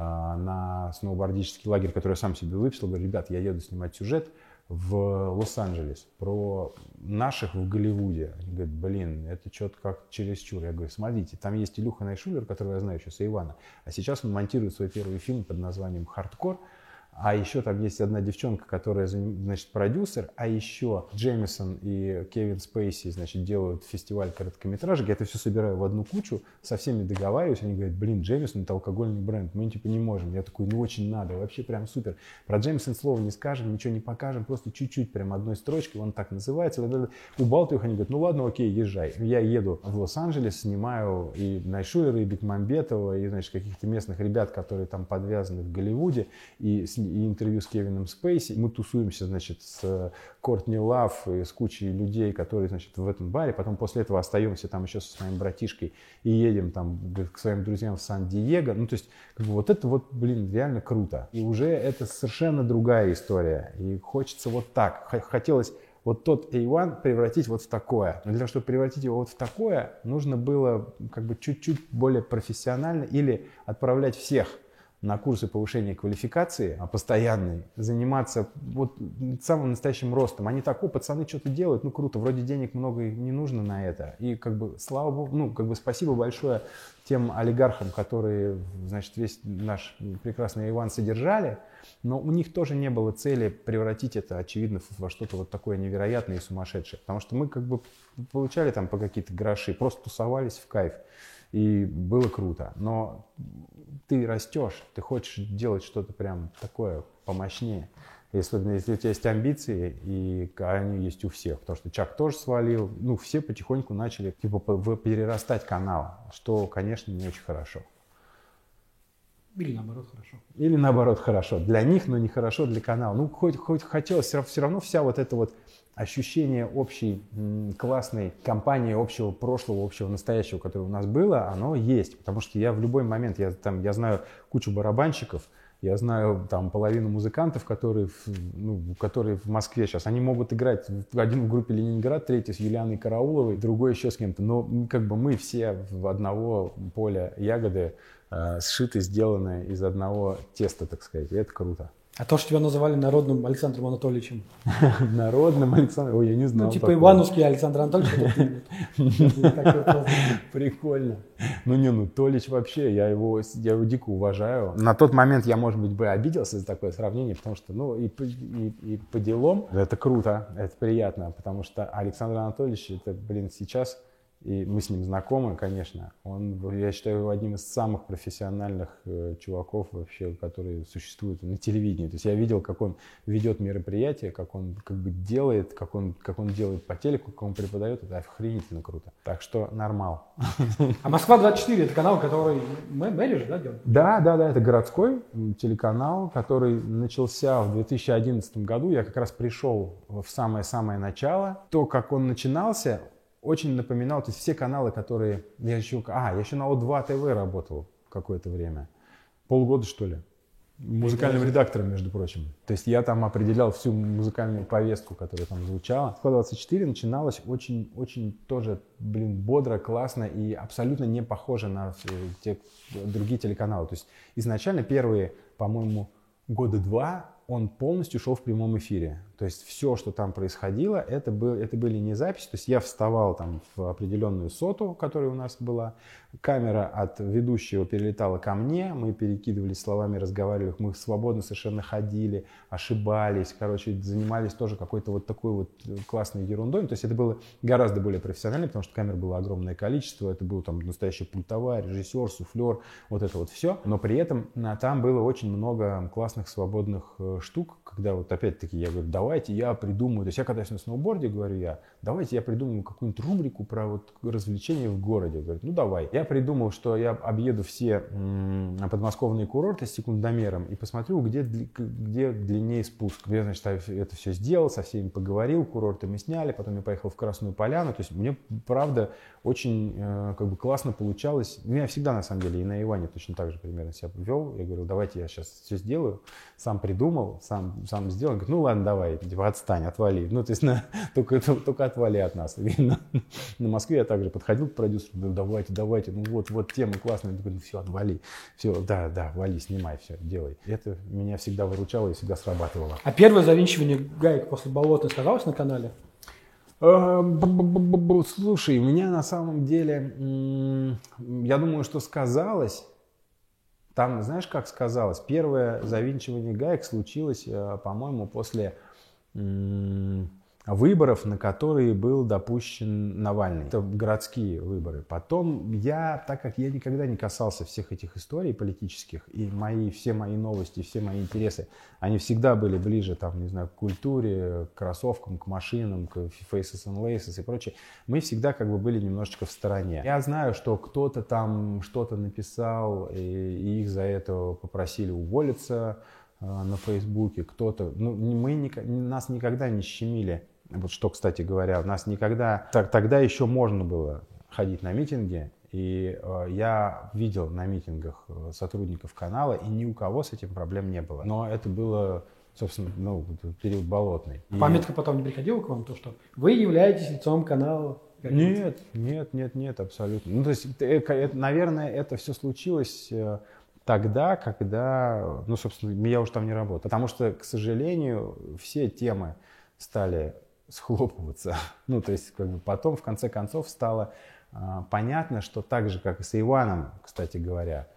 на сноубордический лагерь, который я сам себе выписал. Говорю, ребят, я еду снимать сюжет в Лос-Анджелес про наших в Голливуде. Они говорят, блин, это что-то как чересчур. Я говорю, смотрите, там есть Илюха Найшулер, которого я знаю еще с Ивана, а сейчас он монтирует свой первый фильм под названием «Хардкор». А еще там есть одна девчонка, которая, значит, продюсер, а еще Джеймисон и Кевин Спейси, значит, делают фестиваль короткометражек. Я это все собираю в одну кучу, со всеми договариваюсь. Они говорят, блин, Джеймисон — это алкогольный бренд, мы типа не можем. Я такой, ну очень надо, вообще прям супер. Про Джеймисон слова не скажем, ничего не покажем, просто чуть-чуть, прям одной строчкой, он так называется. Убалтываю их, они говорят, ну ладно, окей, езжай. Я еду в Лос-Анджелес, снимаю и Найшулера, и Бекмамбетова, и, значит, каких-то местных ребят, которые там подвязаны в Голливуде, и интервью с Кевином Спейси. Мы тусуемся, значит, с Кортни Лав и с кучей людей, которые, значит, в этом баре. Потом после этого остаемся там еще со своим братишкой и едем там к своим друзьям в Сан-Диего. Ну, то есть, как бы вот это вот, блин, реально круто. И уже это совершенно другая история. И хочется вот так. Хотелось вот тот A1 превратить вот в такое. Но для того, чтобы превратить его вот в такое, нужно было как бы чуть-чуть более профессионально или отправлять всех на курсы повышения квалификации, постоянной, заниматься вот самым настоящим ростом. Они так, пацаны что-то делают, ну круто, вроде денег много не нужно на это. И как бы, слава богу, ну как бы спасибо большое тем олигархам, которые, значит, весь наш прекрасный Иван содержали, но у них тоже не было цели превратить это, очевидно, во что-то вот такое невероятное и сумасшедшее. Потому что мы как бы получали там по какие-то гроши, просто тусовались в кайф. И было круто. Но ты растешь, ты хочешь делать что-то прям такое помощнее. Если у тебя есть амбиции, и они есть у всех, потому что Чак тоже свалил, ну, все потихоньку начали типа перерастать канал, что, конечно, не очень хорошо. Или наоборот хорошо. Или наоборот хорошо. Для них, но не хорошо для канала. Ну, хоть хотелось, все равно вся вот эта вот ощущение общей классной компании, общего прошлого, общего настоящего, которое у нас было, оно есть. Потому что я в любой момент, я знаю кучу барабанщиков, я знаю там половину музыкантов, которые в Москве сейчас. Они могут играть, один в группе Ленинград, третий с Юлианой Карауловой, другой еще с кем-то. Но как бы мы все в одного поля ягоды, сшиты, сделаны из одного теста, так сказать. И это круто. А то, что тебя называли народным Александром Анатольевичем. Народным Александром? Ой, я не знал. Ну, типа Ивановский Александр Анатольевич. Прикольно. Толич вообще, я его дико уважаю. На тот момент я, может быть, бы обиделся за такое сравнение, потому что, и по делам это круто, это приятно, потому что Александр Анатольевич, это, сейчас... И мы с ним знакомы, конечно. Я считаю его одним из самых профессиональных чуваков вообще, которые существуют на телевидении. То есть я видел, как он ведет мероприятия, как он как бы делает, как он делает по телеку, как он преподает. Это охренительно круто. Так что нормал. А Москва-24 это канал, который Мэри же, да, делает? Да, это городской телеканал, который начался в 2011 году. Я как раз пришел в самое-самое начало. То, как он начинался, очень напоминал, то есть все каналы, которые... Я еще на О2 ТВ работал какое-то время. Полгода, что ли. Музыкальным редактором, между прочим. То есть я там определял всю музыкальную повестку, которая там звучала. Москва-24 начиналась очень тоже, бодро, классно и абсолютно не похоже на те другие телеканалы. То есть изначально первые, по-моему, года 2 он полностью шел в прямом эфире. То есть все, что там происходило, это были не записи. То есть я вставал там в определенную соту, которая у нас была. Камера от ведущего перелетала ко мне. Мы перекидывались словами, разговаривали. Мы свободно совершенно ходили, ошибались. Занимались тоже какой-то вот такой вот классной ерундой. То есть это было гораздо более профессионально, потому что камер было огромное количество. Это был там настоящая пультовая, режиссер, суфлер, вот это вот все. Но при этом там было очень много классных свободных штук, когда вот опять-таки я говорю, давайте я придумаю, то есть я катаюсь на сноуборде, говорю давайте я придумаю какую-нибудь рубрику про вот развлечения в городе. Говорит, давай. Я придумал, что я объеду все подмосковные курорты с секундомером и посмотрю, где длиннее спуск. Я, значит, это все сделал, со всеми поговорил, курорты мы сняли, потом я поехал в Красную Поляну. То есть мне, правда, очень классно получалось. Я всегда, на самом деле, и на Иване точно так же примерно себя вел. Я говорю, давайте я сейчас все сделаю, сам придумал, сам сделал. Он говорит, ладно, давай, отстань, отвали. То есть только отвали от нас. На Москве я также подходил к продюсеру, говорю, давайте, вот тема классная. Я говорю, все, отвали. Все, да, вали, снимай, все, делай. Это меня всегда выручало и всегда срабатывало. А первое завинчивание гаек после Болотной сказалось на канале? Слушай, у меня на самом деле, я думаю, что сказалось. Там, знаешь, как сказалось? Первое завинчивание гаек случилось, по-моему, после выборов, на которые был допущен Навальный. Это городские выборы. Потом так как я никогда не касался всех этих историй политических, и все мои новости, все мои интересы, они всегда были ближе, к культуре, к кроссовкам, к машинам, к Faces and Laces и прочее, мы всегда были немножечко в стороне. Я знаю, что кто-то там что-то написал, и их за это попросили уволиться на Фейсбуке. Кто-то, нас никогда не щемили. Вот что, кстати говоря, у нас никогда... Тогда еще можно было ходить на митинги, и я видел на митингах сотрудников канала, и ни у кого с этим проблем не было. Но это было, собственно, период Болотный. Памятка потом не приходила к вам, то, что вы являетесь лицом канала? Нет, абсолютно. То есть, наверное, это все случилось тогда, когда, ну, собственно, я уже там не работал. Потому что, к сожалению, все темы стали схлопываться. Ну, то есть, как бы потом, в конце концов, стало понятно, что так же, как и с Иваном, кстати говоря,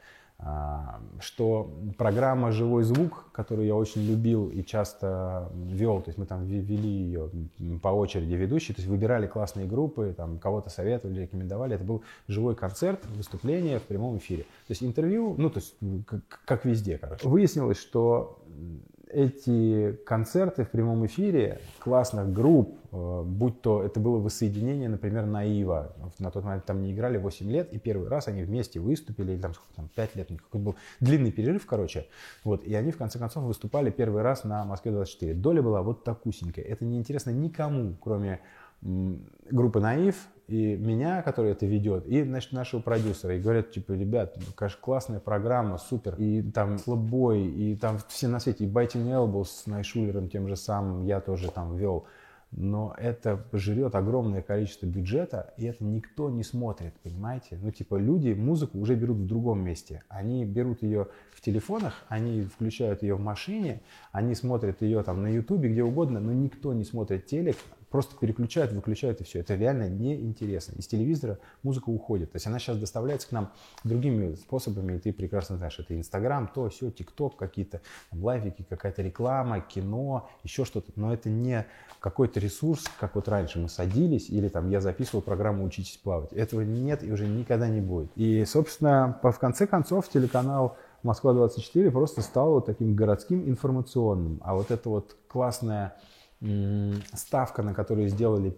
что программа «Живой звук», которую я очень любил и часто вел, то есть мы там вели ее по очереди ведущие, то есть выбирали классные группы, там кого-то советовали, рекомендовали, это был живой концерт, выступление в прямом эфире. То есть интервью, ну то есть как везде, короче. Выяснилось, что эти концерты в прямом эфире классных групп, будь то это было воссоединение, например, Наива, на тот момент там не играли 8 лет, и первый раз они вместе выступили, или там, сколько там 5 лет, какой-то был длинный перерыв, короче, вот, и они в конце концов выступали первый раз на Москве-24. Доля была вот такусенькая, это неинтересно никому, кроме группы Наив и меня, который это ведет, и, значит, нашего продюсера. И говорят, типа, ребят, конечно, классная программа, супер. И там Слабой, и там все на свете, и Biting Elbows с Найшулером тем же самым я тоже там вел. Но это жрет огромное количество бюджета, и это никто не смотрит, понимаете? Ну, типа, люди музыку уже берут в другом месте. Они берут ее в телефонах, они включают ее в машине, они смотрят ее там на Ютубе, где угодно, но никто не смотрит телек, просто переключают, выключают и все. Это реально неинтересно. Из телевизора музыка уходит. То есть она сейчас доставляется к нам другими способами, и ты прекрасно знаешь, это Инстаграм, то, все, ТикТок, какие-то лайфики, какая-то реклама, кино, еще что-то. Но это не какой-то ресурс, как вот раньше мы садились, или там я записывал программу «Учитесь плавать». Этого нет и уже никогда не будет. И, собственно, в конце концов телеканал «Москва-24» просто стал вот таким городским информационным. А вот это вот классная ставка, на которую сделали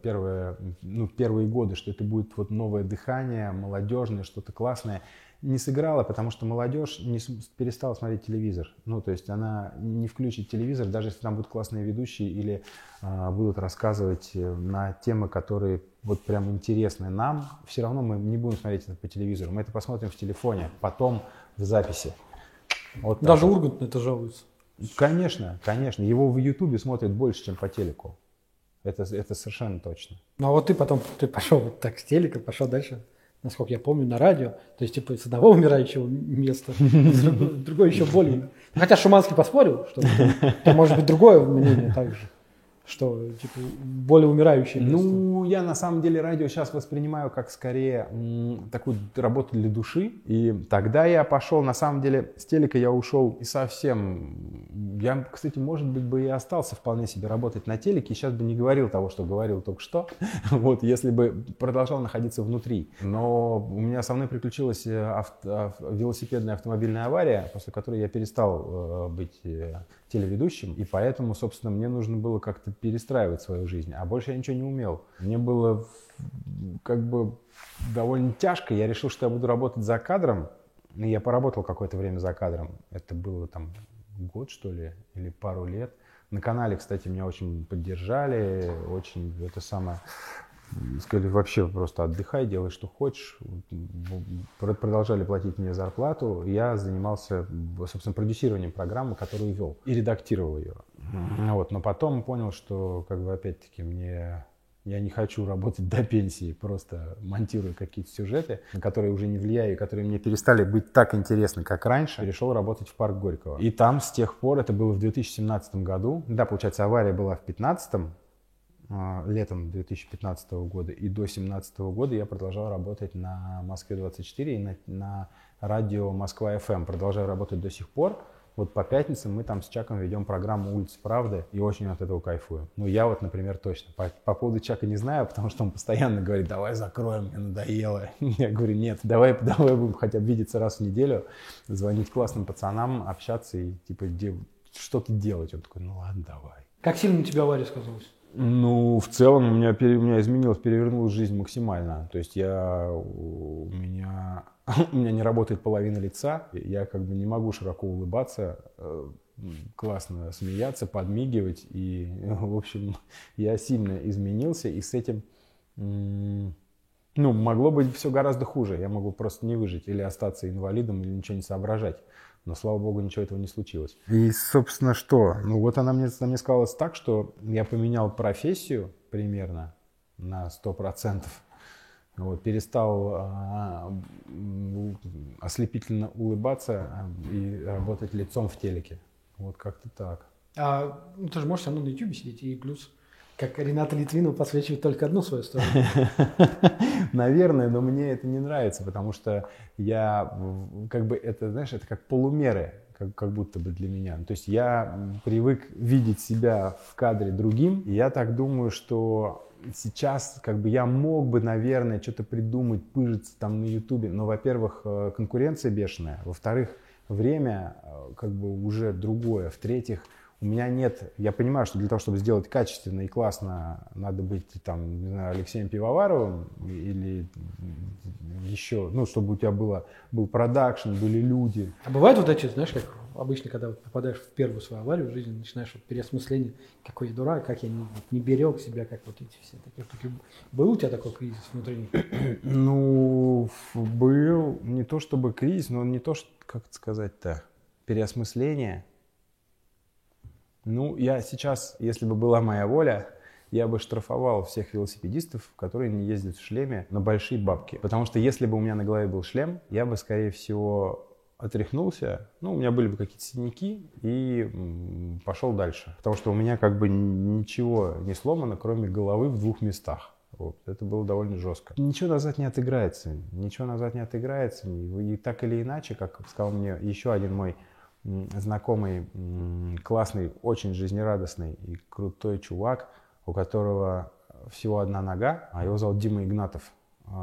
первые годы, что это будет вот новое дыхание, молодежное, что-то классное, не сыграла, потому что молодежь перестала смотреть телевизор. Ну, то есть она не включит телевизор, даже если там будут классные ведущие или будут рассказывать на темы, которые вот прям интересны нам, все равно мы не будем смотреть это по телевизору. Мы это посмотрим в телефоне, потом в записи. Вот даже Ургант на это жалуется. Конечно, конечно. Его в Ютубе смотрят больше, чем по телеку. Это совершенно точно. Ну а вот ты пошел вот так с телека, пошел дальше, насколько я помню, на радио. То есть типа с одного умирающего места, с другой еще более. Хотя Шуманский поспорил, что это может быть другое мнение также. Что, типа, более умирающее место? Ну, я на самом деле радио сейчас воспринимаю как скорее такую работу для души. И тогда я пошел, на самом деле, с телека я ушел и совсем... Я, кстати, может быть, бы и остался вполне себе работать на телеке, и сейчас бы не говорил того, что говорил только что, вот, если бы продолжал находиться внутри. Но у меня со мной приключилась велосипедная автомобильная авария, после которой я перестал быть телеведущим, и поэтому, собственно, мне нужно было как-то перестраивать свою жизнь, а больше я ничего не умел. Мне было как бы довольно тяжко, я решил, что я буду работать за кадром, и я поработал какое-то время за кадром, это было там год, что ли, или пару лет. На канале, кстати, меня очень поддержали, очень это самое... Сказали, вообще просто отдыхай, делай, что хочешь. Продолжали платить мне зарплату. Я занимался, собственно, продюсированием программы, которую вел, и редактировал ее. Вот. Но потом понял, что, как бы, опять-таки, я не хочу работать до пенсии, просто монтируя какие-то сюжеты, на которые уже не влияю, которые мне перестали быть так интересны, как раньше. Перешел работать в парк Горького. И там с тех пор, это было в 2017 году, да, получается, авария была в 2015, летом 2015 года, и до 2017 года я продолжал работать на Москве-24 и на радио Москва-ФМ. Продолжаю работать до сих пор. Вот по пятницам мы там с Чаком ведем программу «Улица правды» и очень от этого кайфую. Ну, я вот, например, точно. По поводу Чака не знаю, потому что он постоянно говорит: давай закроем, мне надоело. Я говорю: нет, давай будем хотя бы видеться раз в неделю, звонить классным пацанам, общаться и типа что-то делать. Он такой: ну ладно, давай. Как сильно на тебя авария сказалась? Ну, в целом у меня изменилась, перевернулась жизнь максимально. То есть у меня не работает половина лица, я как бы не могу широко улыбаться, классно смеяться, подмигивать. И, в общем, я сильно изменился, и с этим, ну, могло быть все гораздо хуже. Я могу просто не выжить или остаться инвалидом, или ничего не соображать. Но, слава богу, ничего этого не случилось. И, собственно, что? Ну, вот она мне сказалась так, что я поменял профессию примерно на 100%. Вот, перестал ослепительно улыбаться и работать лицом в телеке. Вот как-то так. Ну, ты же можешь все равно на YouTube сидеть, и плюс, как Рената Литвинова подсвечивает только одну свою сторону. Наверное, но мне это не нравится, потому что я, как бы, это, знаешь, это как полумеры, как будто бы для меня. То есть я привык видеть себя в кадре другим, и я так думаю, что сейчас, как бы, я мог бы, наверное, что-то придумать, пыжиться там на Ютубе, но, во-первых, конкуренция бешеная, во-вторых, время, как бы, уже другое, в-третьих, у меня нет, я понимаю, что для того, чтобы сделать качественно и классно, надо быть там, не знаю, Алексеем Пивоваровым или еще, ну, чтобы у тебя был продакшн, были люди. А бывает вот эти, знаешь, как обычно, когда вот попадаешь в первую свою аварию в жизни, начинаешь вот переосмысление, какой я дурак, как я не берег себя, как вот эти все такие. Был у тебя такой кризис внутренний? Ну, был не то чтобы кризис, но не то, что, как это сказать-то, переосмысление. Ну, я сейчас, если бы была моя воля, я бы штрафовал всех велосипедистов, которые не ездят в шлеме, на большие бабки. Потому что если бы у меня на голове был шлем, я бы, скорее всего, отряхнулся, ну, у меня были бы какие-то синяки и пошел дальше. Потому что у меня как бы ничего не сломано, кроме головы в 2 местах. Вот. Это было довольно жестко. Ничего назад не отыграется. Ничего назад не отыграется. И так или иначе, как сказал мне еще один мой знакомый, классный, очень жизнерадостный и крутой чувак, у которого всего одна нога, а его зовут Дима Игнатов.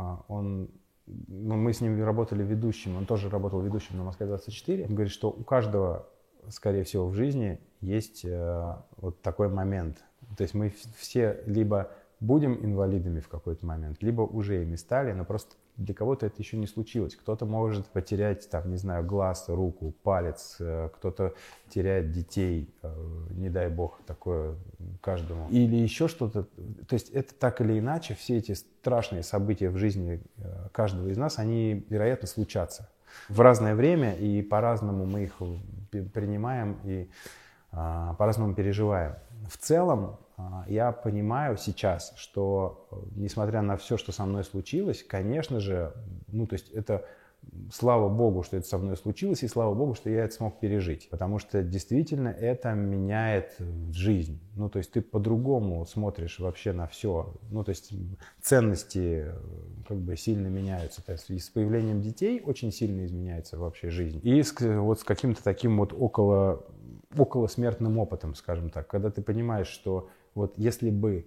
Мы с ним работали ведущим, он тоже работал ведущим на Москве-24. Он говорит, что у каждого, скорее всего, в жизни есть вот такой момент. То есть мы все либо будем инвалидами в какой-то момент, либо уже ими стали, но просто для кого-то это еще не случилось. Кто-то может потерять, там, не знаю, глаз, руку, палец, кто-то теряет детей, не дай бог, такое каждому. Или еще что-то. То есть это так или иначе, все эти страшные события в жизни каждого из нас, они, вероятно, случатся. В разное время, и по-разному мы их принимаем и по-разному переживаем. В целом, я понимаю сейчас, что, несмотря на все, что со мной случилось, конечно же, ну, то есть это, слава богу, что это со мной случилось, и слава богу, что я это смог пережить. Потому что действительно это меняет жизнь. Ну, то есть ты по-другому смотришь вообще на все. Ну, то есть ценности как бы сильно меняются. То есть и с появлением детей очень сильно изменяется вообще жизнь. И вот с каким-то таким вот околосмертным опытом, скажем так, когда ты понимаешь, что вот если бы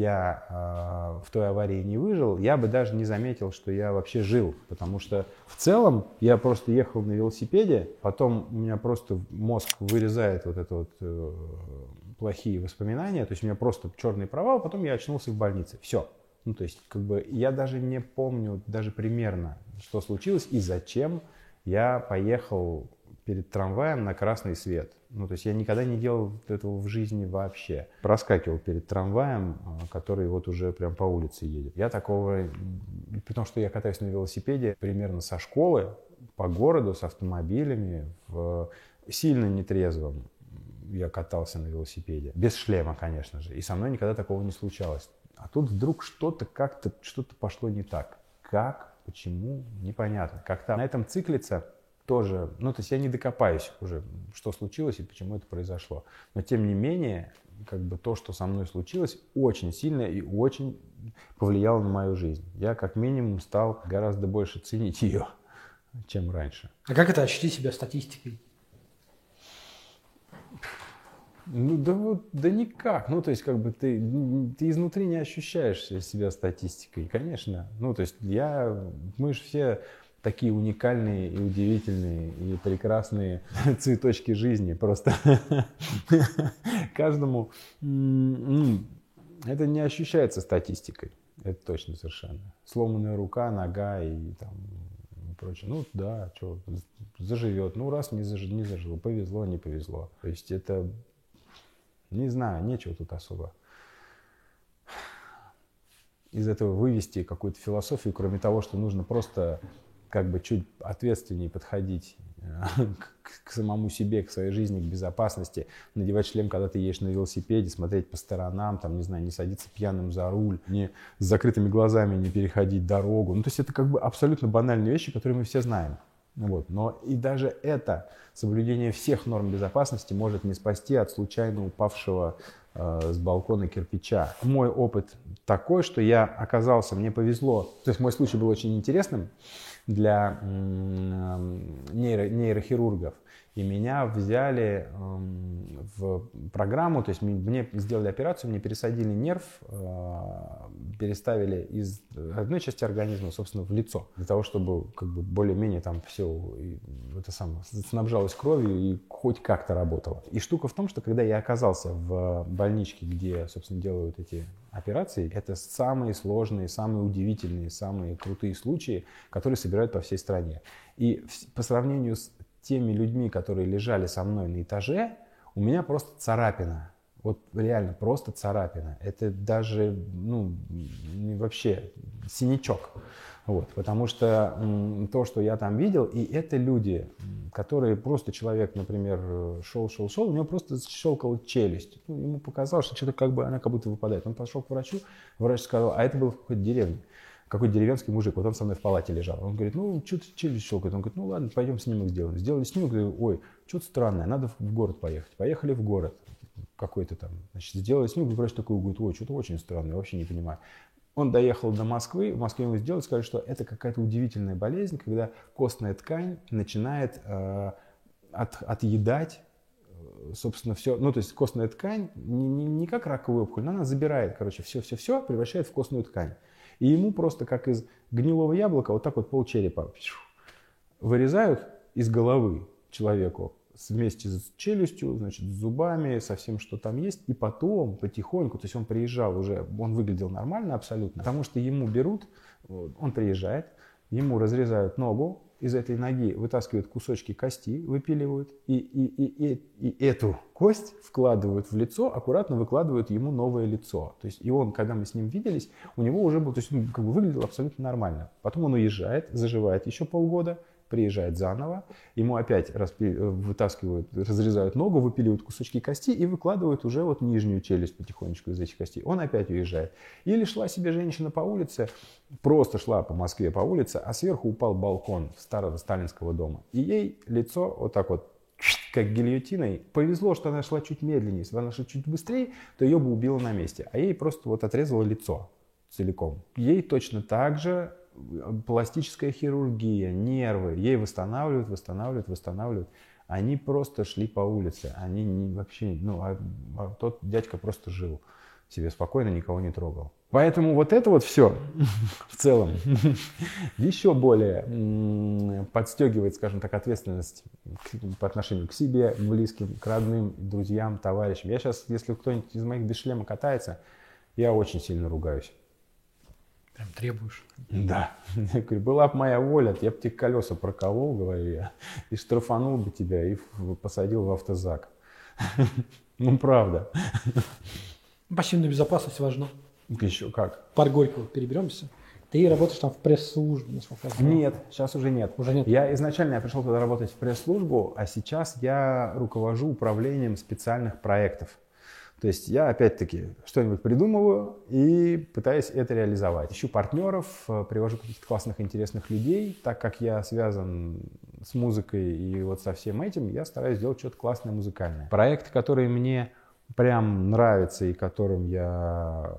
я в той аварии не выжил, я бы даже не заметил, что я вообще жил. Потому что в целом я просто ехал на велосипеде, потом у меня просто мозг вырезает вот это вот плохие воспоминания, то есть у меня просто черный провал, потом я очнулся в больнице. Все. Ну, то есть как бы я даже не помню даже примерно, что случилось и зачем я поехал перед трамваем на красный свет. Ну, то есть я никогда не делал этого в жизни вообще. Проскакивал перед трамваем, который вот уже прям по улице едет. Я такого, потому что я катаюсь на велосипеде примерно со школы, по городу, с автомобилями, в сильно нетрезвом я катался на велосипеде. Без шлема, конечно же. И со мной никогда такого не случалось. А тут вдруг что-то пошло не так. Как, почему, непонятно. Как-то на этом циклится тоже, ну, то есть я не докопаюсь уже, что случилось и почему это произошло. Но, тем не менее, как бы то, что со мной случилось, очень сильно и очень повлияло на мою жизнь. Я, как минимум, стал гораздо больше ценить ее, чем раньше. А как это ощутить себя статистикой? Ну, да никак. Ну, то есть, как бы ты изнутри не ощущаешь себя статистикой, конечно. Ну, то есть мы же все такие уникальные и удивительные и прекрасные цветочки жизни. Просто каждому это не ощущается статистикой. Это точно совершенно. Сломанная рука, нога и там прочее. Ну да, что, заживет. Ну раз не зажило, повезло, не повезло. То есть это, не знаю, нечего тут особо из этого вывести какую-то философию, кроме того, что нужно просто как бы чуть ответственнее подходить к самому себе, к своей жизни, к безопасности, надевать шлем, когда ты едешь на велосипеде, смотреть по сторонам, там, не знаю, не садиться пьяным за руль, не с закрытыми глазами не переходить дорогу. Ну, то есть это как бы абсолютно банальные вещи, которые мы все знаем. Вот. Но и даже это соблюдение всех норм безопасности может не спасти от случайно упавшего с балкона кирпича. Мой опыт такой, что я оказался, мне повезло, то есть мой случай был очень интересным для нейрохирургов. И меня взяли в программу, то есть мне сделали операцию, мне пересадили нерв, переставили из одной части организма, собственно, в лицо, для того, чтобы как бы более-менее там все это самое снабжалось кровью и хоть как-то работало. И штука в том, что когда я оказался в больничке, где, собственно, делают эти операции, это самые сложные, самые удивительные, самые крутые случаи, которые собирают по всей стране. И по сравнению с теми людьми, которые лежали со мной на этаже, у меня просто царапина. Вот реально просто царапина. Это даже, вообще синячок. Вот, потому что то, что я там видел, и это люди, которые просто человек, например, шел, у него просто щелкала челюсть. Ему показалось, что что-то она как будто выпадает. Он пошел к врачу, врач сказал, а это было в какой-то деревне. Какой-то деревенский мужик, вот он со мной в палате лежал. Он говорит, что-то челюсть щелкает. Он говорит, ладно, пойдем снимок сделаем. Сделали снимок, говорю, ой, что-то странное, надо в город поехать. Поехали в город какой-то там, значит, сделали снимок, врач такой говорит, ой, что-то очень странное, вообще не понимаю. Он доехал до Москвы, в Москве ему сделали, сказали, что это какая-то удивительная болезнь, когда костная ткань начинает отъедать, собственно, все, то есть костная ткань не как раковая опухоль, но она забирает, все превращает в костную ткань. И ему просто как из гнилого яблока вот так вот полчерепа вырезают из головы человеку вместе с челюстью, значит, с зубами, со всем, что там есть. И потом потихоньку, то есть он приезжал уже, он выглядел нормально абсолютно, потому что ему берут, он приезжает, ему разрезают ногу, из этой ноги вытаскивают кусочки кости, выпиливают, и эту кость вкладывают в лицо, аккуратно выкладывают ему новое лицо. То есть и он, когда мы с ним виделись, у него уже был, то есть он как бы выглядел абсолютно нормально. Потом он уезжает, заживает еще полгода, приезжает заново, ему опять вытаскивают, разрезают ногу, выпиливают кусочки кости и выкладывают уже вот нижнюю челюсть потихонечку из этих костей. Он опять уезжает. Или шла себе женщина по улице, просто шла по Москве по улице, а сверху упал балкон старого сталинского дома. И ей лицо вот так вот, как гильотиной. Повезло, что она шла чуть медленнее. Если бы она шла чуть быстрее, то ее бы убило на месте. А ей просто вот отрезало лицо целиком. Ей точно так же пластическая хирургия, нервы, ей восстанавливают. Они просто шли по улице, они вообще, тот дядька просто жил себе спокойно, никого не трогал. Поэтому вот это вот все в целом еще более подстегивает, скажем так, ответственность по отношению к себе, к близким, к родным, друзьям, товарищам. Я сейчас, если кто-нибудь из моих без шлема катается, я очень сильно ругаюсь. Прям требуешь. Да. Я говорю, была бы моя воля, я бы тебе колеса проколол, говорю я, и штрафанул бы тебя, и посадил в автозак. Ну, правда. Пассивная безопасность важна. Еще как. Парк Горького переберемся. Ты работаешь там в пресс-службе, насколько я знаю. Нет, сейчас уже нет. Уже нет. Я пришел туда работать в пресс-службу, а сейчас я руковожу управлением специальных проектов. То есть я опять-таки что-нибудь придумываю и пытаюсь это реализовать. Ищу партнеров, привожу каких-то классных, интересных людей. Так как я связан с музыкой и вот со всем этим, я стараюсь сделать что-то классное музыкальное. Проекты, которые мне прям нравятся и которым я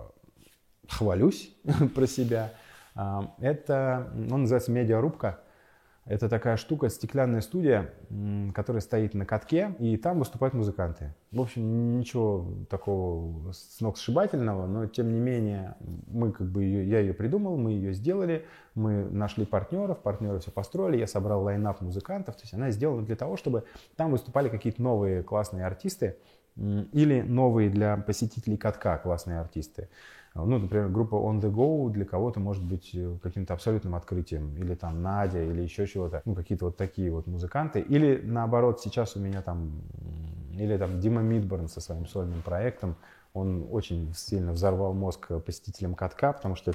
хвалюсь про себя, это, он называется «Медиарубка». Это такая штука, стеклянная студия, которая стоит на катке, и там выступают музыканты. В общем, ничего такого сногсшибательного, но тем не менее, я ее придумал, мы ее сделали, мы нашли партнеры все построили, я собрал лайнап музыкантов, то есть она сделана для того, чтобы там выступали какие-то новые классные артисты или новые для посетителей катка классные артисты. Например, группа On The Go для кого-то может быть каким-то абсолютным открытием. Или там Надя, или еще чего-то. Какие-то вот такие вот музыканты. Или наоборот, сейчас у меня или Дима Мидборн со своим сольным проектом. Он очень сильно взорвал мозг посетителям катка, потому что это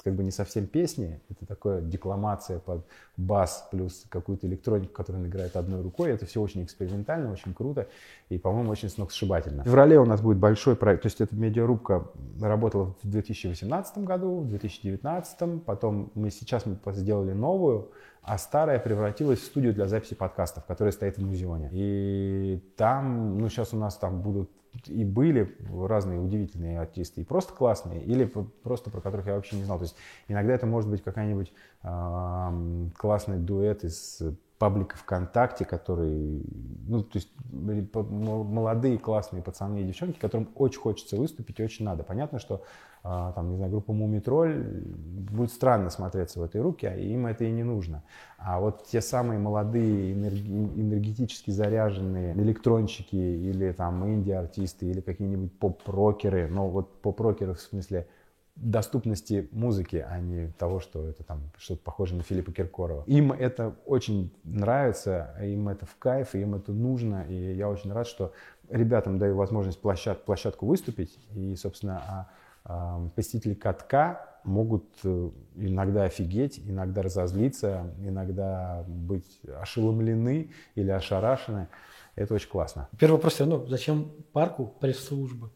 как бы не совсем песни, это такая декламация под бас плюс какую-то электронику, которую он играет одной рукой. Это все очень экспериментально, очень круто и, по-моему, очень сногсшибательно. В феврале у нас будет большой проект, то есть эта медиарубка работала в 2018 году, в 2019, потом сейчас мы сделали новую, а старая превратилась в студию для записи подкастов, которая стоит в Музеоне. И там, ну сейчас у нас там будут и были разные удивительные артисты, и просто классные, или просто про которых я вообще не знал. То есть иногда это может быть какая-нибудь классный дуэт из паблика ВКонтакте, который, ну, то есть молодые классные пацаны и девчонки, которым очень хочется выступить и очень надо. Понятно, что там, не знаю, группа Мумитроль будет странно смотреться в этой руке, а им это и не нужно. А вот те самые молодые, энергетически заряженные электронщики или там инди-артисты или какие-нибудь поп-рокеры, но вот поп-рокеры в смысле доступности музыки, а не того, что это там что-то похоже на Филиппа Киркорова. Им это очень нравится, им это в кайф, им это нужно, и я очень рад, что ребятам даю возможность площадку выступить, и, собственно, посетители катка могут иногда офигеть, иногда разозлиться, иногда быть ошеломлены или ошарашены. Это очень классно. Первый вопрос все равно, зачем парку пресс-служба?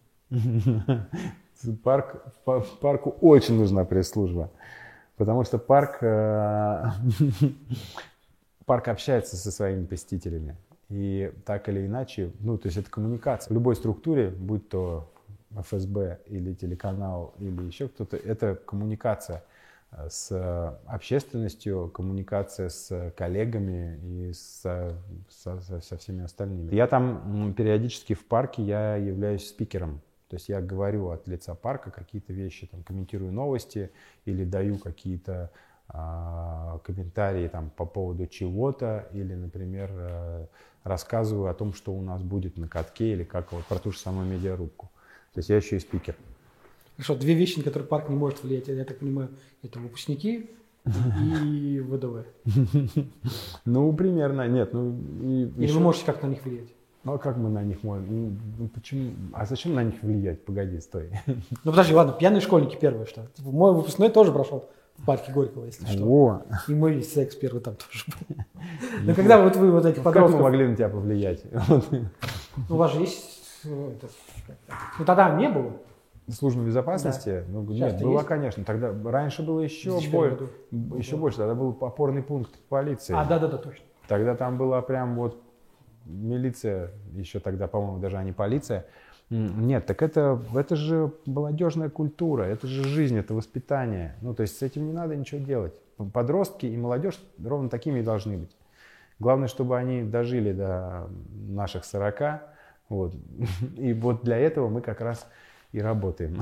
Парку очень нужна пресс-служба, потому что парк общается со своими посетителями. И так или иначе, ну, то есть это коммуникация. В любой структуре, будь то ФСБ или телеканал или еще кто-то, это коммуникация с общественностью, коммуникация с коллегами и со всеми остальными. Я там периодически в парке я являюсь спикером. То есть я говорю от лица парка какие-то вещи, там, комментирую новости или даю какие-то комментарии там, по поводу чего-то, или, например, рассказываю о том, что у нас будет на катке, или как вот про ту же самую медиарубку. То есть я еще и спикер. Хорошо, две вещи, на которые парк не может влиять, я так понимаю, это выпускники и ВДВ. Ну, примерно, нет. Или вы можете как-то на них влиять? Ну, а как мы на них можем? Ну, почему? А зачем на них влиять? Погоди, стой. Ну, подожди, ладно, пьяные школьники первое, что? Мой выпускной тоже прошел в парке Горького, если что. О. И мой секс первый там тоже был. Но когда вот вы вот этих подростков... Как мы могли на тебя повлиять? У вас же есть... Ну, тогда не было. Служба безопасности? Да. Ну, нет, была, конечно. Тогда раньше было еще больше. Тогда был опорный пункт полиции. Да, точно. Тогда там была прям вот милиция, еще тогда, по-моему, даже не полиция. Нет, так это же молодежная культура, это же жизнь, это воспитание. Ну, то есть с этим не надо ничего делать. Подростки и молодежь ровно такими и должны быть. Главное, чтобы они дожили до наших 40. Вот. И вот для этого мы как раз и работаем.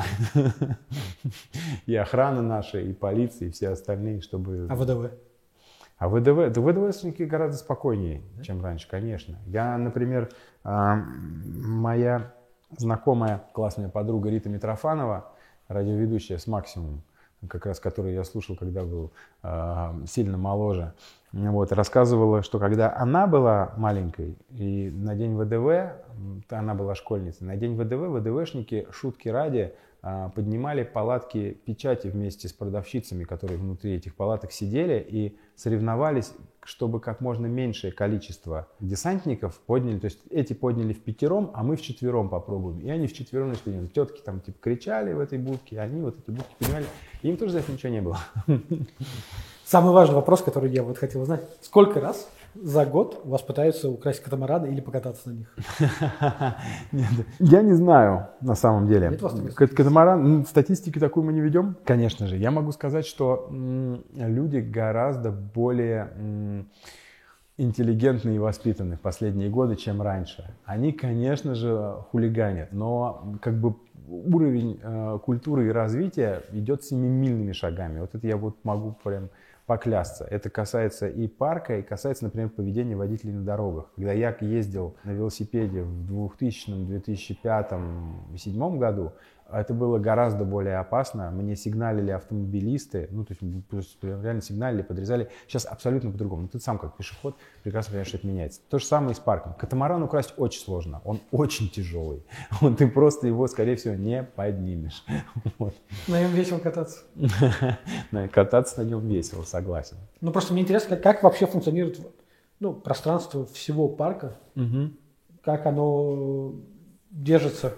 И охрана наша, и полиция, и все остальные, чтобы... А ВДВ? А ВДВшники гораздо спокойнее, чем раньше, конечно. Я, например, моя знакомая, классная подруга Рита Митрофанова, радиоведущая с «Максимум», как раз которую я слушал, когда был сильно моложе, вот, рассказывала, что когда она была маленькой, и на день ВДВ, она была школьницей, на день ВДВ ВДВшники, шутки ради, поднимали палатки печати вместе с продавщицами, которые внутри этих палаток сидели, и соревновались, чтобы как можно меньшее количество десантников подняли. То есть эти подняли впятером, а мы вчетвером попробуем. И они вчетвером начали. Тетки там типа кричали в этой будке, они вот эти будки поднимали. И им тоже за это ничего не было. Самый важный вопрос, который я вот хотел узнать. Сколько раз за год у вас пытаются украсть катамараны или покататься на них? Я не знаю, на самом деле. Катамаран, статистики такую мы не ведем. Конечно же, я могу сказать, что люди гораздо более интеллигентны и воспитаны в последние годы, чем раньше. Они, конечно же, хулиганят, но как бы уровень культуры и развития идет семимильными шагами. Вот это я вот могу прям поклясться. Это касается и парка, и касается, например, поведения водителей на дорогах. Когда я ездил на велосипеде в 2000, 2005, 2007 году, Это было гораздо более опасно. Мне сигналили автомобилисты, ну, то есть реально сигналили, подрезали. Сейчас абсолютно по-другому. Ну, ты сам как пешеход прекрасно понимаешь, что это меняется. То же самое и с парком. Катамаран украсть очень сложно. Он очень тяжелый. Ты просто его, скорее всего, не поднимешь. Вот. На нем весело кататься. Кататься на нем весело, согласен. Ну, просто мне интересно, как вообще функционирует пространство всего парка, как оно держится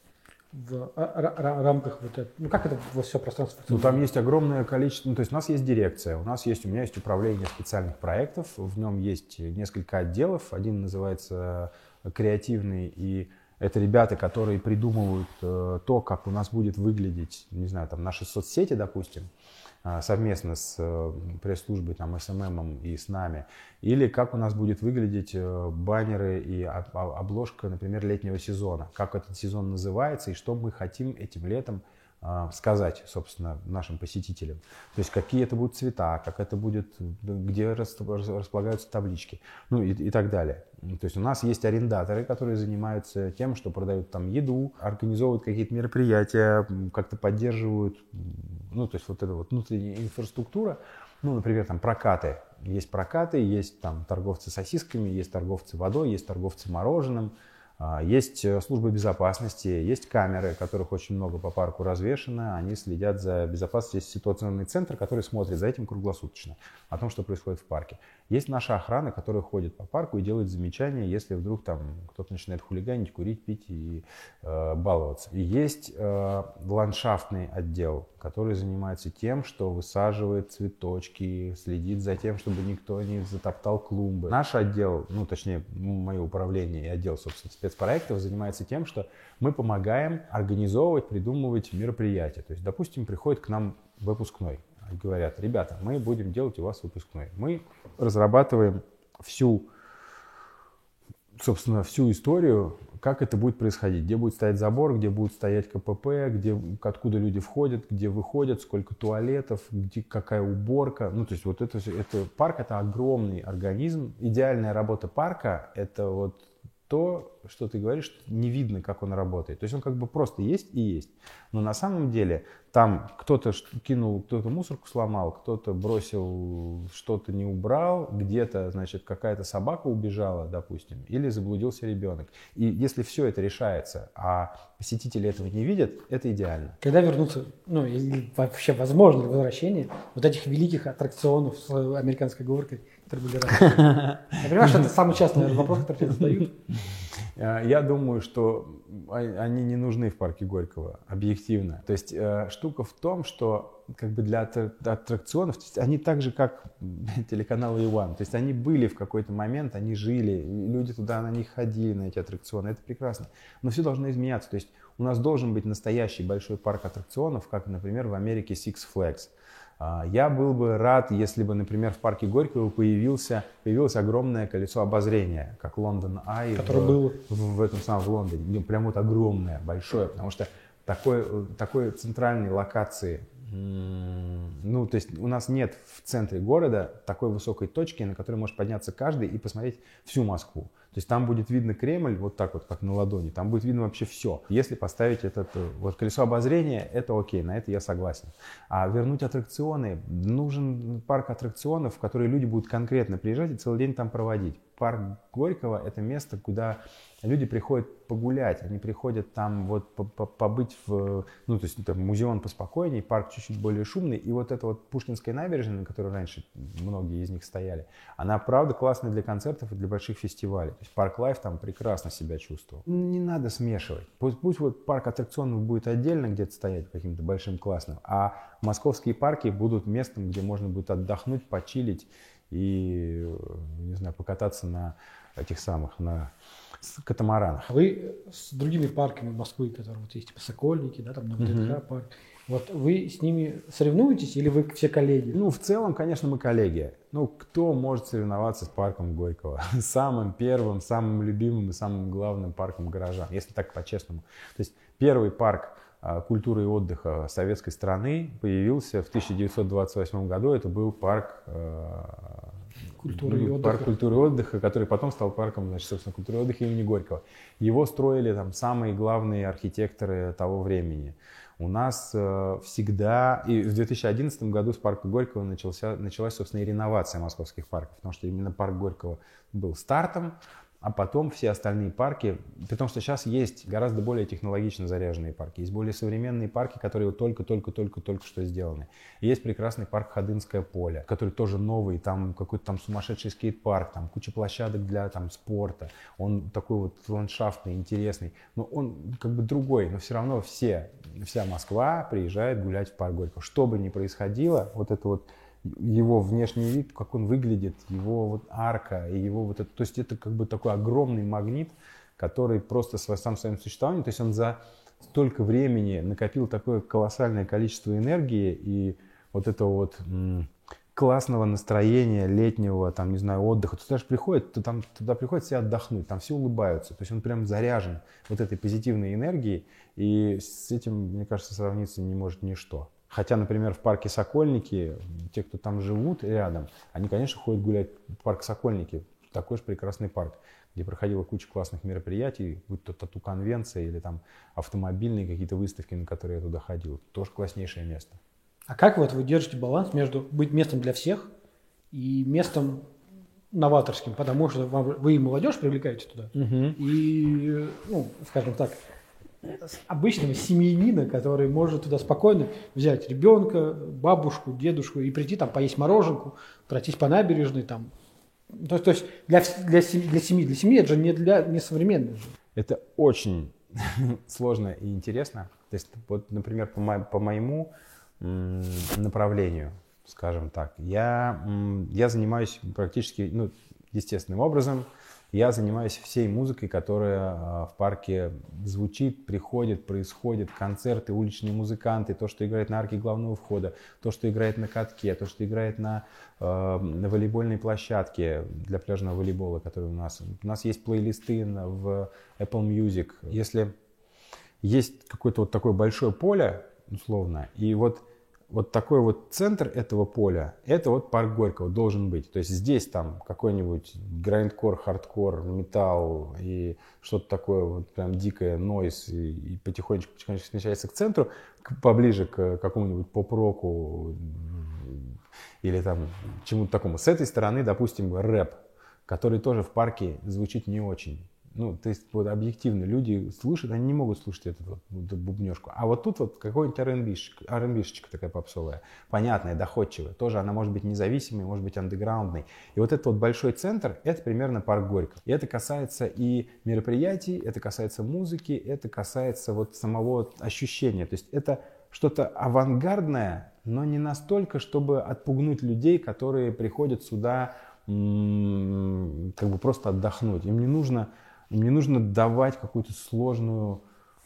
в рамках вот этого. Ну, как это все пространство? Ну, там есть огромное количество, ну, то есть у нас есть дирекция, у меня есть управление специальных проектов, в нем есть несколько отделов, один называется креативный, и это ребята, которые придумывают то, как у нас будет выглядеть, не знаю, там наши соцсети, допустим, совместно с пресс-службой, там, СММом и с нами, или как у нас будет выглядеть баннеры и обложка, например, летнего сезона, как этот сезон называется и что мы хотим этим летом сказать, собственно, нашим посетителям. То есть какие это будут цвета, как это будет, где располагаются таблички, ну и так далее. То есть у нас есть арендаторы, которые занимаются тем, что продают там еду, организовывают какие-то мероприятия, как-то поддерживают, ну то есть вот эта вот внутренняя инфраструктура, ну, например, там прокаты. Есть там торговцы сосисками, есть торговцы водой, есть торговцы мороженым. Есть служба безопасности, есть камеры, которых очень много по парку развешено. Они следят за безопасностью. Есть ситуационный центр, который смотрит за этим круглосуточно, о том, что происходит в парке. Есть наша охрана, которая ходит по парку и делает замечания, если вдруг там кто-то начинает хулиганить, курить, пить и баловаться. И есть ландшафтный отдел, который занимается тем, что высаживает цветочки, следит за тем, чтобы никто не затоптал клумбы. Наш отдел, ну точнее мое управление и отдел, собственно, спецпроектов занимается тем, что мы помогаем организовывать, придумывать мероприятия. То есть, допустим, приходит к нам выпускной. Говорят: ребята, мы будем делать у вас выпускной. Мы разрабатываем всю историю, как это будет происходить, где будет стоять забор, где будет стоять КПП, откуда люди входят, где выходят, сколько туалетов, какая уборка. Ну, то есть вот это парк — это огромный организм. Идеальная работа парка — это вот то, что ты говоришь, не видно, как он работает. То есть он как бы просто есть и есть. Но на самом деле там кто-то кинул, кто-то мусорку сломал, кто-то бросил, что-то не убрал, где-то, значит, какая-то собака убежала, допустим, или заблудился ребенок. И если все это решается, а посетители этого не видят, это идеально. Когда вернуться, ну, или вообще возможно ли возвращение вот этих великих аттракционов с американской горкой, которые были раньше? Я понимаю, что это самый частый, наверное, вопрос, который тебе задают. Я думаю, что они не нужны в парке Горького, объективно. То есть штука в том, что как бы для аттракционов, то есть они так же, как телеканал Иван, то есть они были в какой-то момент, они жили, люди туда на них ходили, на эти аттракционы, это прекрасно. Но все должно изменяться, то есть у нас должен быть настоящий большой парк аттракционов, как, например, в Америке Six Flags. Я был бы рад, если бы, например, в парке Горького появилось огромное колесо обозрения, как Лондон Ай в этом самом в Лондоне. Прям вот огромное, большое, потому что такой центральной локации, ну, то есть у нас нет в центре города такой высокой точки, на которой может подняться каждый и посмотреть всю Москву. То есть там будет видно Кремль вот так вот, как на ладони, там будет видно вообще все. Если поставить вот колесо обозрения, это окей, на это я согласен. А вернуть аттракционы, нужен парк аттракционов, в который люди будут конкретно приезжать и целый день там проводить. Парк Горького — это место, куда люди приходят погулять, они приходят там вот побыть ну, то есть там музеон поспокойней, парк чуть-чуть более шумный, и вот эта вот Пушкинская набережная, на которой раньше многие из них стояли, она правда классная для концертов и для больших фестивалей. То есть Парк Лайф там прекрасно себя чувствовал. Не надо смешивать. Пусть вот парк аттракционов будет отдельно где-то стоять каким-то большим классным, а московские парки будут местом, где можно будет отдохнуть, почилить и, не знаю, покататься на этих самых, на катамаранах. А вы с другими парками Москвы, которые вот есть, типа Сокольники, да, там на ВДНХ парк, вот вы с ними соревнуетесь или вы все коллеги? Ну, в целом, конечно, мы коллеги. Ну, кто может соревноваться с парком Горького? Самым первым, самым любимым и самым главным парком горожан, если так по-честному. То есть первый парк культуры и отдыха советской страны появился в 1928 году. Это был парк культуры и отдыха. Парк культуры и отдыха, который потом стал парком, значит, собственно, культуры и отдыха имени Горького. Его строили там самые главные архитекторы того времени. У нас всегда, и в 2011 году с парка Горького началась, собственно, и реновация московских парков, потому что именно парк Горького был стартом, а потом все остальные парки, потому что сейчас есть гораздо более технологично заряженные парки, есть более современные парки, которые вот только что сделаны. И есть прекрасный парк Ходынское поле, который тоже новый, там какой-то там сумасшедший скейт-парк, там куча площадок для там спорта, он такой вот ландшафтный, интересный, но он как бы другой, но все равно вся Москва приезжает гулять в парк Горького. Что бы ни происходило, вот это вот его внешний вид, как он выглядит, его вот арка, и его вот это, то есть это как бы такой огромный магнит, который просто сам своим существованием, то есть он за столько времени накопил такое колоссальное количество энергии и вот этого вот классного настроения, летнего, там, не знаю, отдыха. Туда же приходит, туда приходят все отдохнуть, там все улыбаются, то есть он прям заряжен вот этой позитивной энергией, и с этим, мне кажется, сравниться не может ничто. Хотя, например, в парке Сокольники, те, кто там живут рядом, они, конечно, ходят гулять в парк Сокольники. Такой же прекрасный парк, где проходила куча классных мероприятий, будь то тату-конвенция или там автомобильные какие-то выставки, на которые я туда ходил. Тоже класснейшее место. А как вот вы держите баланс между быть местом для всех и местом новаторским? Потому что вы и молодежь привлекаете туда, и, ну, скажем так, обычного семьянина, который может туда спокойно взять ребенка, бабушку, дедушку и прийти там поесть мороженку, пройтись по набережной там. То есть для семьи это же не современно. Это очень сложно и интересно. То есть, вот, например, по моему направлению, скажем так, я занимаюсь практически, ну, естественным образом. Я занимаюсь всей музыкой, которая в парке звучит, приходит, происходит, концерты, уличные музыканты, то, что играет на арке главного входа, то, что играет на катке, то, что играет на волейбольной площадке для пляжного волейбола, который у нас. У нас есть плейлисты в Apple Music. Если есть какое-то вот такое большое поле, условно, и вот такой вот центр этого поля, это вот парк Горького должен быть. То есть здесь там какой-нибудь грайндкор, хардкор, металл и что-то такое вот прям дикое, нойз, и потихонечку смещается к центру, поближе к какому-нибудь поп-року или там чему-то такому. С этой стороны, допустим, рэп, который тоже в парке звучит не очень. Ну, то есть вот объективно люди слушают, они не могут слушать эту бубнежку. А вот тут вот какой-нибудь R&B-шечка такая попсовая, понятная, доходчивая. Тоже она может быть независимой, может быть андеграундной. И вот этот вот большой центр, это примерно парк Горького. И это касается и мероприятий, это касается музыки, это касается вот самого ощущения. То есть это что-то авангардное, но не настолько, чтобы отпугнуть людей, которые приходят сюда как бы просто отдохнуть. Им не нужно давать какую-то сложную,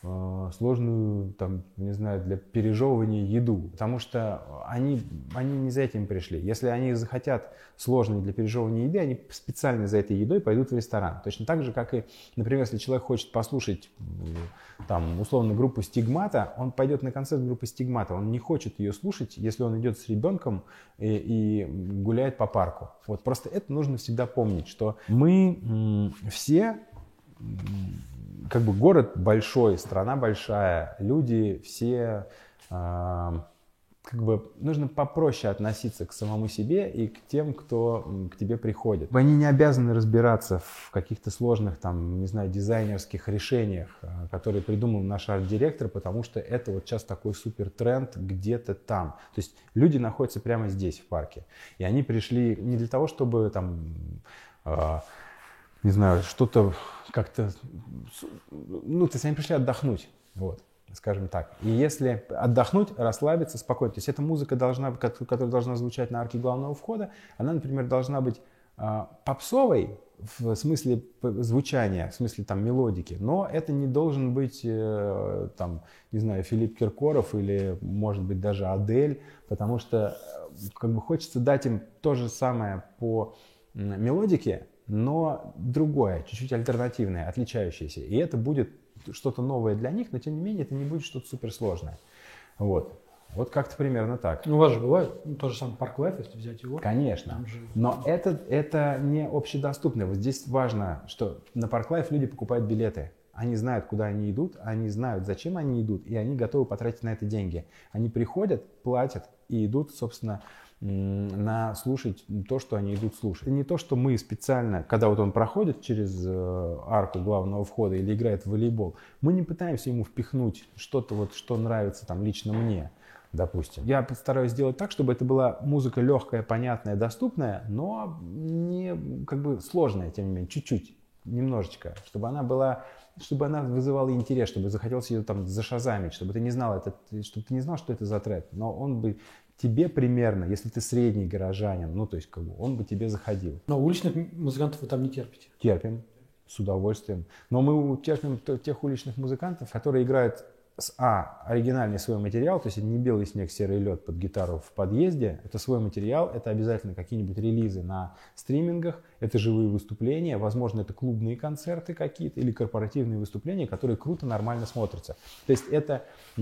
там, не знаю, для пережевывания еду, потому что они не за этим пришли. Если они захотят сложной для пережевывания еды, они специально за этой едой пойдут в ресторан. Точно так же, как и, например, если человек хочет послушать, там, условно, группу Стигмата, он пойдет на концерт группы Стигмата, он не хочет ее слушать, если он идет с ребенком и гуляет по парку. Вот просто это нужно всегда помнить, что мы все, как бы город большой, страна большая, люди все, как бы нужно попроще относиться к самому себе и к тем, кто к тебе приходит. Они не обязаны разбираться в каких-то сложных, там, не знаю, дизайнерских решениях, которые придумал наш арт-директор, потому что это вот сейчас такой супер тренд где-то там. То есть люди находятся прямо здесь, в парке. И они пришли не для того, чтобы там, не знаю, что-то как-то, ну, то есть они пришли отдохнуть, вот, скажем так. И если отдохнуть, расслабиться, спокойно, то есть эта музыка, которая должна звучать на арке главного входа, она, например, должна быть попсовой в смысле звучания, в смысле там мелодики, но это не должен быть, там, не знаю, Филипп Киркоров или, может быть, даже Адель, потому что как бы хочется дать им то же самое по мелодике, но другое, чуть-чуть альтернативное, отличающееся. И это будет что-то новое для них, но тем не менее это не будет что-то суперсложное. Вот. Вот как-то примерно так. Ну, у вас же бывает то же самое Парк Лайф, если взять его. Конечно. Но это не общедоступно. Вот здесь важно, что на Парк Лайф люди покупают билеты. Они знают, куда они идут, они знают, зачем они идут, и они готовы потратить на это деньги. Они приходят, платят и идут, собственно, на слушать то, что они идут слушать. Это не то, что мы специально, когда вот он проходит через арку главного входа или играет в волейбол, мы не пытаемся ему впихнуть что-то, вот, что нравится там, лично мне, допустим. Я постараюсь сделать так, чтобы это была музыка легкая, понятная, доступная, но не как бы сложная, тем не менее, чуть-чуть, немножечко, чтобы она вызывала интерес, чтобы захотелось ее там зашазамить, чтобы ты не знал, что это за трек, но он бы тебе примерно, если ты средний горожанин, ну, то есть, как бы, он бы тебе заходил. Но уличных музыкантов вы там не терпите? Терпим, с удовольствием. Но мы терпим тех уличных музыкантов, которые играют оригинальный свой материал, то есть это не белый снег, серый лед под гитару в подъезде, это свой материал, это обязательно какие-нибудь релизы на стримингах, это живые выступления, возможно, это клубные концерты какие-то или корпоративные выступления, которые круто, нормально смотрятся. То есть это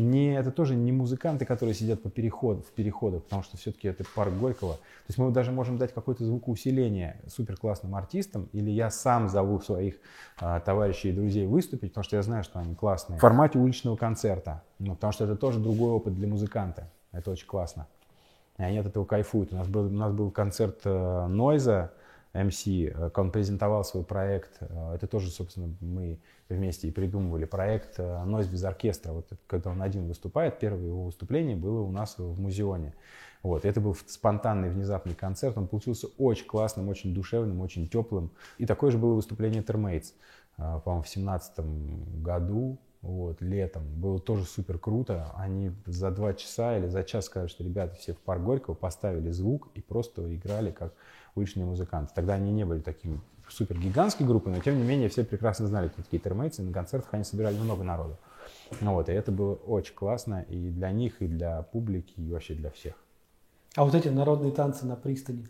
тоже не музыканты, которые сидят в переходах, потому что все-таки это парк Горького. То есть мы даже можем дать какое-то звукоусиление супер классным артистам, или я сам зову своих товарищей и друзей выступить, потому что я знаю, что они классные, в формате уличного концерта. Потому что это тоже другой опыт для музыканта. Это очень классно. И они от этого кайфуют. У нас был концерт Нойза, MC, он презентовал свой проект. Это тоже, собственно, мы вместе и придумывали проект Нойз без оркестра. Вот когда он один выступает, первое его выступление было у нас в Музеоне. Вот. Это был спонтанный, внезапный концерт. Он получился очень классным, очень душевным, очень теплым. И такое же было выступление Termates, по-моему, в 2017 году. Вот, летом. Было тоже супер круто. Они за 2 часа или за час сказали, что ребята все в парк Горького поставили звук и просто играли как уличные музыканты. Тогда они не были такими супер гигантской группой, но тем не менее все прекрасно знали, кто такие Termates, и на концертах они собирали много народу. Вот, и это было очень классно и для них, и для публики, и вообще для всех. А вот эти народные танцы на пристани?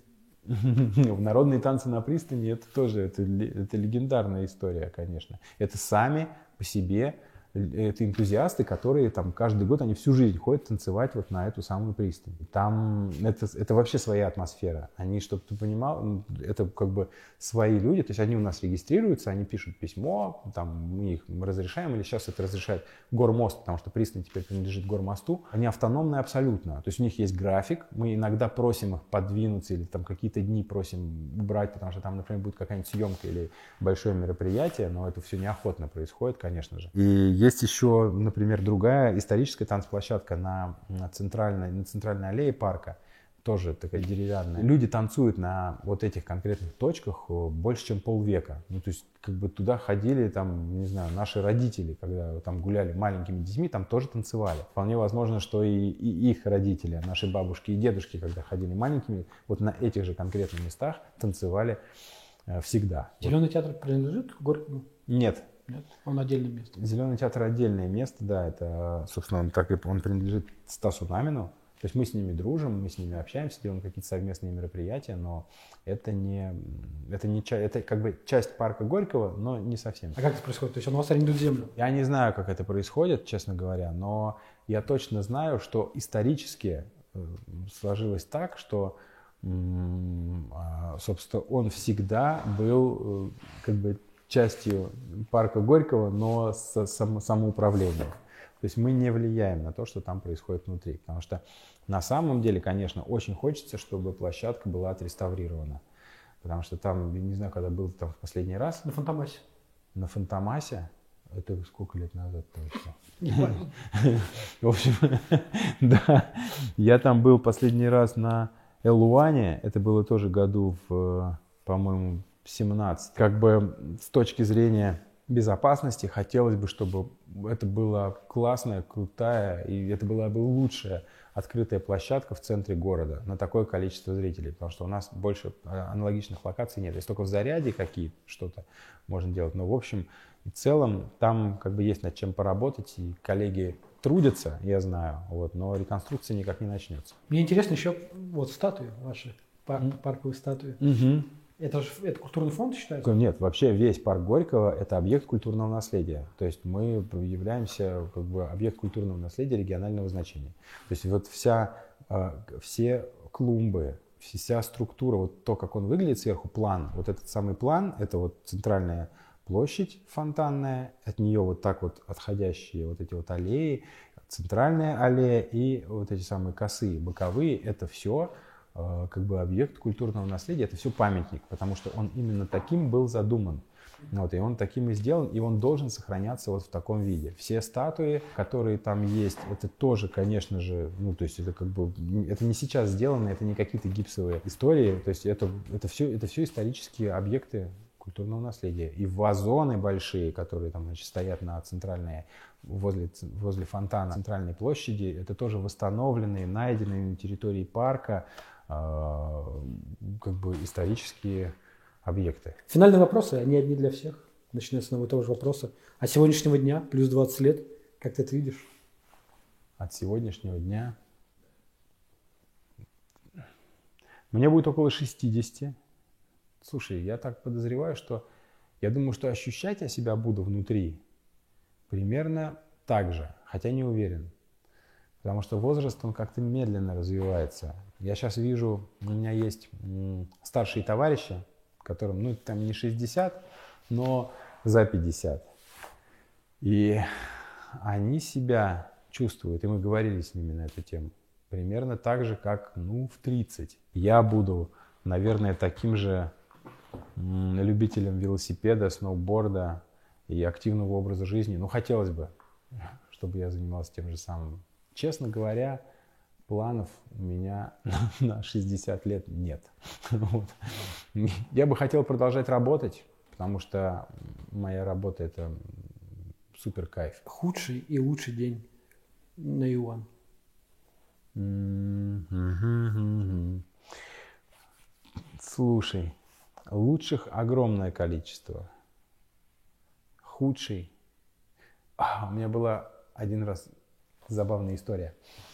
Народные танцы на пристани, это тоже это легендарная история, конечно. Это сами по себе это энтузиасты, которые там каждый год, они всю жизнь ходят танцевать вот на эту самую пристань. Там это вообще своя атмосфера. Они, чтобы ты понимал, это как бы свои люди, то есть они у нас регистрируются, они пишут письмо, там мы их разрешаем, или сейчас это разрешает Гормост, потому что пристань теперь принадлежит Гормосту. Они автономные абсолютно, то есть у них есть график, мы иногда просим их подвинуться или там какие-то дни просим убрать, потому что там, например, будет какая-нибудь съемка или большое мероприятие, но это все неохотно происходит, конечно же. И есть еще, например, другая историческая танцплощадка на центральной аллее парка, тоже такая деревянная. Люди танцуют на вот этих конкретных точках больше, чем полвека. Ну, то есть, как бы туда ходили, там, не знаю, наши родители, когда там гуляли маленькими детьми, там тоже танцевали. Вполне возможно, что и их родители, наши бабушки и дедушки, когда ходили маленькими, вот на этих же конкретных местах танцевали всегда. Зеленый театр принадлежит к Горькому? Нет. Нет, он отдельное место. Зеленый театр отдельное место, да, это, собственно, он принадлежит Стасу Намину. То есть мы с ними дружим, мы с ними общаемся, делаем какие-то совместные мероприятия, но это как бы часть парка Горького, но не совсем. А как это происходит? То есть он у вас арендует землю? Я не знаю, как это происходит, честно говоря, но я точно знаю, что исторически сложилось так, что, собственно, он всегда был как бы частью парка Горького, но с самоуправлением. То есть мы не влияем на то, что там происходит внутри. Потому что на самом деле, конечно, очень хочется, чтобы площадка была отреставрирована. Потому что там, я не знаю, когда был там в последний раз. На Фантомасе. На Фантомасе? Это сколько лет назад точно? Не помню. В общем, да. Я там был последний раз на Элуане. Это было тоже году в, по-моему, 17. Как бы с точки зрения безопасности хотелось бы, чтобы это была классная, крутая, и это была бы лучшая открытая площадка в центре города на такое количество зрителей, потому что у нас больше аналогичных локаций нет. Есть только в Заряде какие-то что-то можно делать, но в общем и целом там как бы есть над чем поработать, и коллеги трудятся, я знаю, вот, но реконструкция никак не начнется. Мне интересно еще вот статуи ваши, парковые статуи. Угу. Это культурный фонд считается? Нет, вообще весь парк Горького – это объект культурного наследия. То есть мы являемся как бы объект культурного наследия регионального значения. То есть вот все клумбы, вся структура, вот то, как он выглядит сверху, план, вот этот самый план – это вот центральная площадь фонтанная, от нее вот так вот отходящие вот эти вот аллеи, центральная аллея и вот эти самые косые, боковые – это все как бы объект культурного наследия, это все памятник, потому что он именно таким был задуман. Вот, и он таким и сделан, и он должен сохраняться вот в таком виде. Все статуи, которые там есть, это тоже, конечно же, ну, то есть это как бы, это не сейчас сделано, это не какие-то гипсовые истории, то есть это все исторические объекты культурного наследия. И вазоны большие, которые там, значит, стоят на центральной, возле фонтана центральной площади, это тоже восстановленные, найденные на территории парка как бы исторические объекты. Финальные вопросы, они одни для всех. Начиная с одного и того же вопроса. А сегодняшнего дня, плюс 20 лет, как ты это видишь? От сегодняшнего дня мне будет около 60. Слушай, я так подозреваю, что я думаю, что ощущать я себя буду внутри примерно так же, хотя не уверен. Потому что возраст, он как-то медленно развивается. Я сейчас вижу, у меня есть старшие товарищи, которым, ну, там не 60, но за 50. И они себя чувствуют, и мы говорили с ними на эту тему, примерно так же, как, ну, в 30. Я буду, наверное, таким же любителем велосипеда, сноуборда и активного образа жизни. Ну, хотелось бы, чтобы я занимался тем же самым. Честно говоря, планов у меня на 60 лет нет. Вот. Я бы хотел продолжать работать, потому что моя работа – это супер кайф. Худший и лучший день на Иван. Слушай, лучших огромное количество. Худший. У меня была один раз забавная история.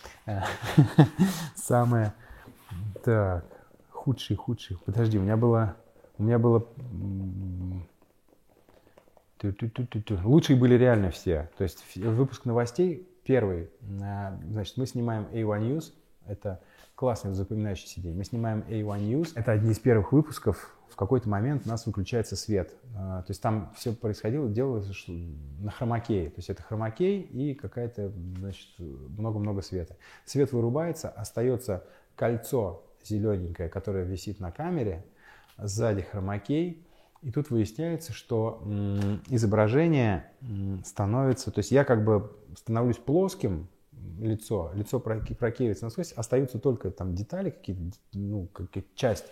Самое... Так, худший. Подожди, у меня было... Лучшие были реально все. То есть выпуск новостей первый. Значит, мы снимаем A1 News. Это классный запоминающийся день. Мы снимаем A1 News. Это одни из первых выпусков. В какой-то момент у нас выключается свет. То есть там все происходило, делалось на хромакее. То есть это хромакей и какая-то, значит, много-много света. Свет вырубается, остается кольцо зелененькое, которое висит на камере. Сзади хромакей. И тут выясняется, что изображение становится... То есть я как бы становлюсь плоским, лицо прокеивается насквозь, остаются только там детали какие-то, ну, как часть,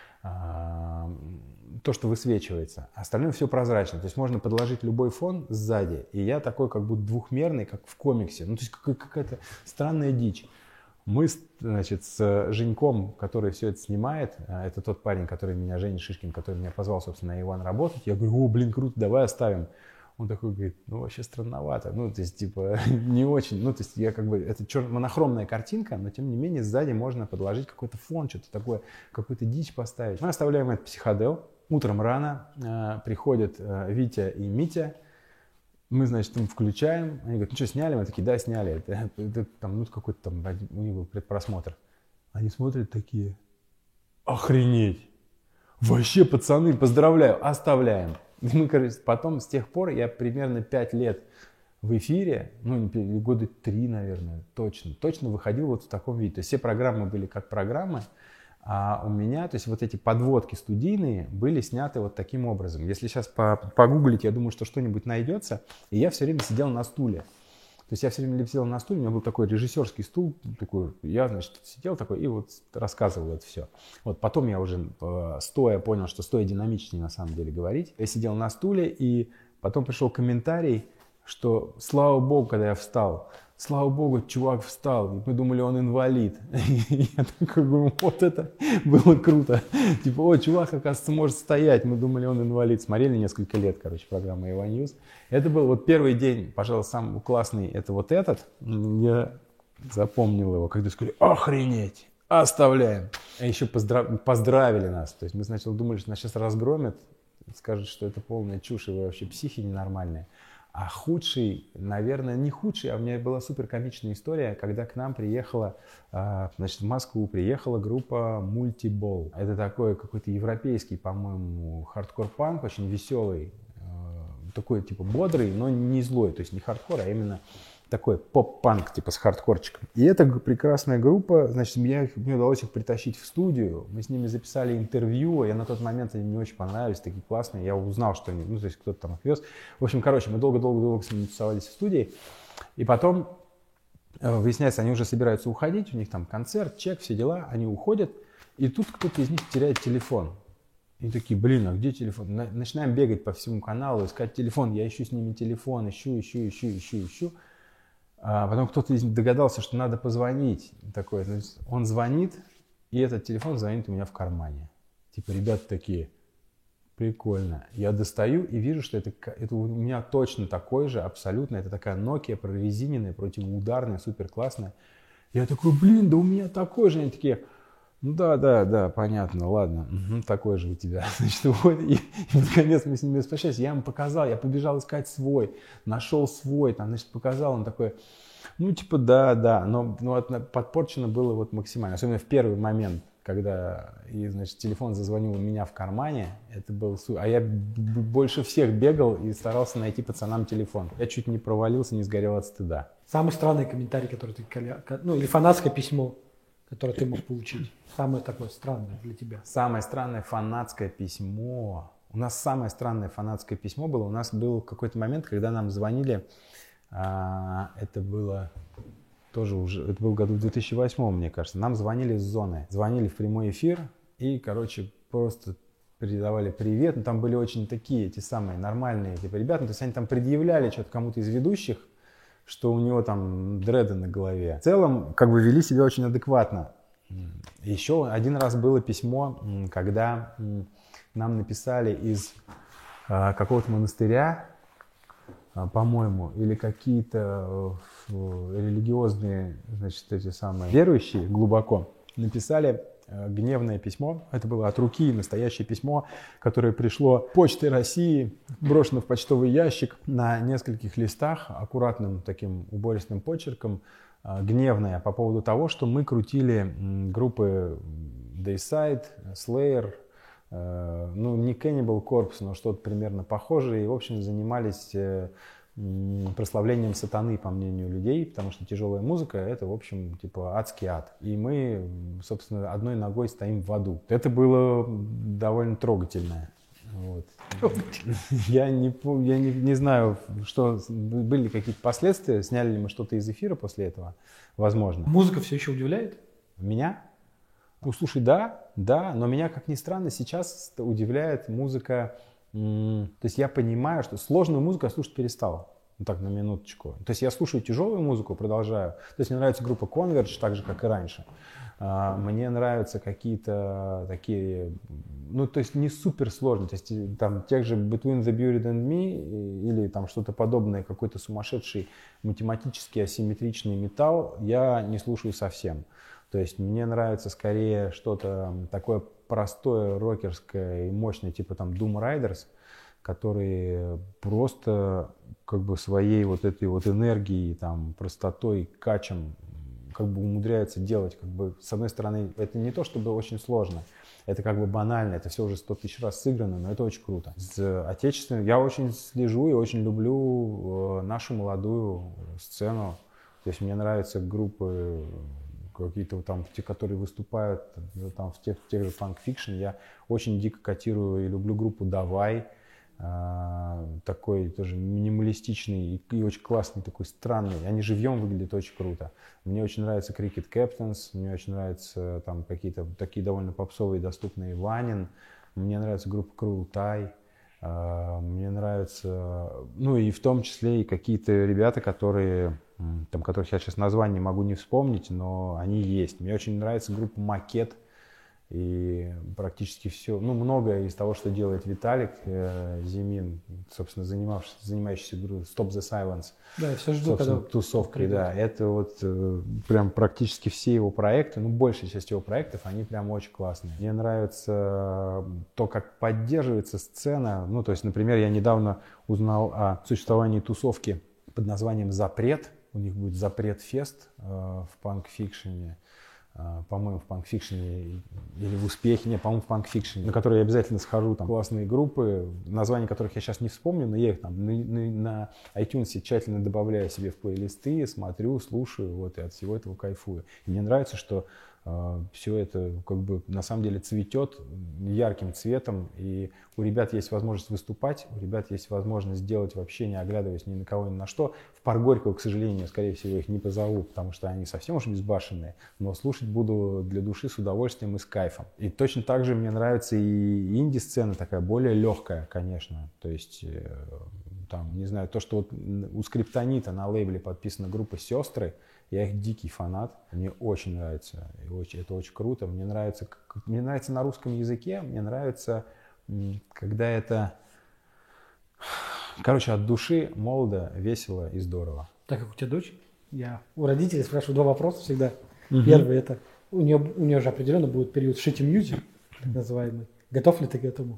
то, что высвечивается. Остальное все прозрачно. То есть можно подложить любой фон сзади, и я такой как будто двухмерный, как в комиксе. Ну, то есть какая-то странная дичь. Мы, значит, с Женьком, который все это снимает, это тот парень, который меня, Женя Шишкин, который меня позвал, собственно, на Иван работать. Я говорю: о, блин, круто, давай оставим. Он такой говорит: ну, вообще странновато. Ну, то есть, типа, не очень. Ну, то есть, я как бы, это монохромная картинка, но, тем не менее, сзади можно подложить какой-то фон, что-то такое, какую-то дичь поставить. Мы оставляем этот психодел. Утром рано приходят Витя и Митя. Мы, значит, им включаем. Они говорят: ну что, сняли? Мы такие: да, сняли. Это там, ну, какой-то там, у них был предпросмотр. Они смотрят такие: охренеть! Вообще, пацаны, поздравляю, оставляем. И мы, короче, потом, с тех пор, я примерно 5 лет в эфире, ну, года 3, наверное, точно выходил вот в таком виде. То есть все программы были как программы, а у меня, то есть вот эти подводки студийные были сняты вот таким образом. Если сейчас погуглить, я думаю, что что-нибудь найдется. И я все время сидел на стуле. То есть я все время сидел на стуле, у меня был такой режиссерский стул, такой, я, значит, сидел такой и вот рассказывал это все. Вот потом я уже стоя понял, что стоя динамичнее на самом деле говорить. Я сидел на стуле, и потом пришел комментарий, что слава богу, когда я встал, слава богу, чувак встал. Мы думали, он инвалид. И я такой говорю: вот это было круто. Типа: о, чувак, оказывается, может стоять. Мы думали, он инвалид. Смотрели несколько лет, короче, программу A1 News. Это был вот первый день, пожалуй, самый классный. Это вот этот. Я запомнил его, когда сказали: охренеть, оставляем. А еще поздравили нас. То есть мы сначала думали, что нас сейчас разгромят, скажут, что это полная чушь, и вы вообще психи ненормальные. А худший, наверное, не худший, а у меня была супер комичная история, когда к нам приехала, значит, в Москву приехала группа Multiball. Это такой какой-то европейский, по-моему, хардкор-панк, очень веселый, такой типа бодрый, но не злой, то есть не хардкор, а именно такой поп-панк типа с хардкорчиком. И эта прекрасная группа, значит, мне удалось их притащить в студию, мы с ними записали интервью, я на тот момент они мне очень понравились, такие классные, я узнал, что они, ну, то есть кто-то там их вез. В общем, короче, мы долго-долго с ними тусовались в студии, и потом выясняется, они уже собираются уходить, у них там концерт, чек, все дела, они уходят, и тут кто-то из них теряет телефон. И такие, блин, а где телефон? Начинаем бегать по всему каналу, искать телефон, я ищу с ними телефон, ищу. А потом кто-то догадался, что надо позвонить. Такой, значит, он звонит, и этот телефон звонит у меня в кармане. Типа, ребята такие, прикольно. Я достаю и вижу, что это у меня точно такой же, абсолютно. Это такая Nokia прорезиненная, противоударная, супер классная. Я такой, блин, да у меня такой же. Они такие, ну да, понятно, ладно, такой же у тебя. Значит, вот, и наконец мы с ними распрощались. Я ему показал, я побежал искать свой, нашел свой, там, значит, показал, он такой, ну, типа, да, но подпорчено было вот максимально. Особенно в первый момент, когда, и, значит, телефон зазвонил у меня в кармане, это был а я больше всех бегал и старался найти пацанам телефон. Я чуть не провалился, не сгорел от стыда. Самый странный комментарий, который ты, ну, или фанатское письмо, которое ты мог получить. Самое такое странное для тебя. Самое странное фанатское письмо. У нас самое странное фанатское письмо было. У нас был какой-то момент, когда нам звонили. Это было тоже уже, это был году в 2008, мне кажется. Нам звонили с зоны. Звонили в прямой эфир и, короче, просто передавали привет. Но там были очень такие, эти самые нормальные типа ребята. То есть они там предъявляли что-то кому-то из ведущих, что у него там дреды на голове. В целом, как бы вели себя очень адекватно. Еще один раз было письмо, когда нам написали из какого-то монастыря, по-моему, или какие-то религиозные, значит, эти самые верующие глубоко написали гневное письмо. Это было от руки, настоящее письмо, которое пришло Почтой России, брошено в почтовый ящик на нескольких листах, аккуратным таким убористым почерком, гневное по поводу того, что мы крутили группы Dayside, Slayer, ну не Cannibal Corpse, но что-то примерно похожее, и в общем занимались прославлением сатаны, по мнению людей, потому что тяжелая музыка — это, в общем, типа адский ад. И мы, собственно, одной ногой стоим в аду. Это было довольно трогательно. Вот. Я не знаю, что были какие-то последствия, сняли ли мы что-то из эфира после этого, возможно. Музыка все еще удивляет? Меня? Ну, слушай, да, но меня, как ни странно, сейчас удивляет музыка. То есть я понимаю, что сложную музыку я слушать перестал. Ну так, на минуточку. То есть я слушаю тяжелую музыку, продолжаю. То есть мне нравится группа Converge, так же, как и раньше. Мне нравятся какие-то такие, ну то есть не супер сложные. То есть там тех же Between the Buried and Me или там что-то подобное, какой-то сумасшедший математически асимметричный металл я не слушаю совсем. То есть мне нравится скорее что-то такое простое, рокерское и мощное, типа там Doom Riders, которые просто как бы своей вот этой вот энергией, там, простотой, качем как бы умудряются делать, как бы, с одной стороны, это не то чтобы очень сложно, это как бы банально, это все уже 100 тысяч раз сыграно, но это очень круто. С отечественным я очень слежу и очень люблю нашу молодую сцену, то есть мне нравятся группы какие-то там, те, которые выступают там, в тех же Punk Fiction. Я очень дико котирую и люблю группу «Давай», такой тоже минималистичный и очень классный, такой странный. Они живьем выглядят очень круто. Мне очень нравится Cricket Captains, мне очень нравятся там какие-то такие довольно попсовые, доступные Ванин. Мне нравится группа Cruelty. Мне нравится, ну и в том числе и какие-то ребята, которые, там, которых я сейчас название могу не вспомнить, но они есть. Мне очень нравится группа Макет. И практически все, ну, многое из того, что делает Виталик Зимин, собственно, занимающийся группой Stop the Silence, Да, я все жду, когда тусовкой, да, это вот прям практически все его проекты, ну, большая часть его проектов, они прям очень классные. Мне нравится то, как поддерживается сцена, ну, то есть, например, я недавно узнал о существовании тусовки под названием «Запрет», у них будет «Запрет-фест» в панк-фикшене. По-моему, в панк-фикшене или в успехе, не, по-моему, в панк-фикшене, на которые я обязательно схожу, там классные группы, названия которых я сейчас не вспомню, но я их там на iTunes тщательно добавляю себе в плейлисты, смотрю, слушаю, вот, и от всего этого кайфую. И мне нравится, что все это как бы на самом деле цветет ярким цветом, и у ребят есть возможность выступать, у ребят есть возможность сделать вообще, не оглядываясь ни на кого, ни на что. В Парк Горького, к сожалению, скорее всего, их не позову, потому что они совсем уж безбашенные, но слушать буду для души с удовольствием и с кайфом. И точно так же мне нравится и инди-сцена такая, более легкая, конечно, то есть там, не знаю, то, что вот у Скриптонита на лейбле подписана группа «Сестры», я их дикий фанат, мне очень нравится, это очень круто. Мне нравится на русском языке, мне нравится, когда это, короче, от души, молодо, весело и здорово. Так как у тебя дочь, я у родителей спрашиваю два вопроса всегда. Первый это, у нее же определенно будет период shitty music, так называемый. Готов ли ты к этому?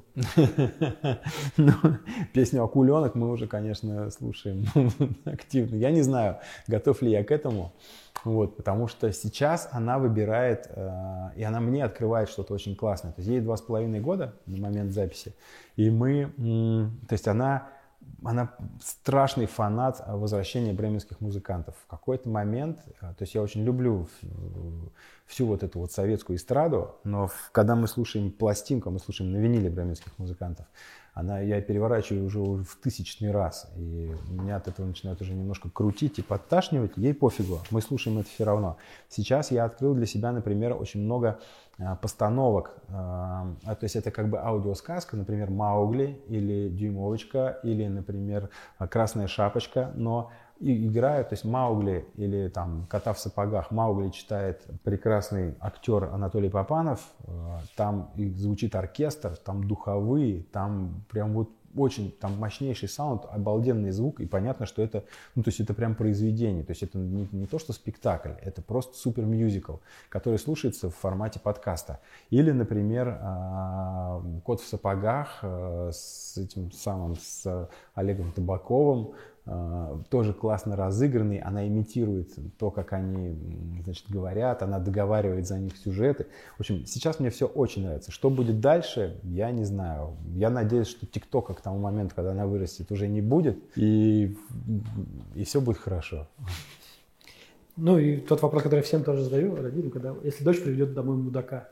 Песню «Акуленок» мы уже, конечно, слушаем активно. Я не знаю, готов ли я к этому, вот, потому что сейчас она выбирает, и она мне открывает что-то очень классное. То есть ей 2,5 года на момент записи, и то есть она страшный фанат возвращения бременских музыкантов. В какой-то момент, то есть я очень люблю всю вот эту вот советскую эстраду, но когда мы слушаем пластинку, мы слушаем на виниле бременских музыкантов, я переворачиваю уже в 1000-й раз, и меня от этого начинает уже немножко крутить и подташнивать, ей пофигу, мы слушаем это все равно. Сейчас я открыл для себя, например, очень много постановок, то есть это как бы аудиосказка, например, «Маугли» или «Дюймовочка» или, например, «Красная шапочка», но и играют, то есть «Маугли» или там «Кота в сапогах». «Маугли» читает прекрасный актер Анатолий Попанов, там и звучит оркестр, там духовые, там прям вот очень там мощнейший саунд, обалденный звук, и понятно, что это, ну, то есть это прям произведение, то есть это не то, что спектакль, это просто супер мюзикл, который слушается в формате подкаста. Или, например, «Кот в сапогах» с Олегом Табаковым, тоже классно разыгранный, она имитирует то, как они, значит, говорят, она договаривает за них сюжеты. В общем, сейчас мне все очень нравится. Что будет дальше, я не знаю. Я надеюсь, что ТикТока к тому моменту, когда она вырастет, уже не будет, и все будет хорошо. Ну и тот вопрос, который я всем тоже задаю родителям, если дочь приведет домой мудака.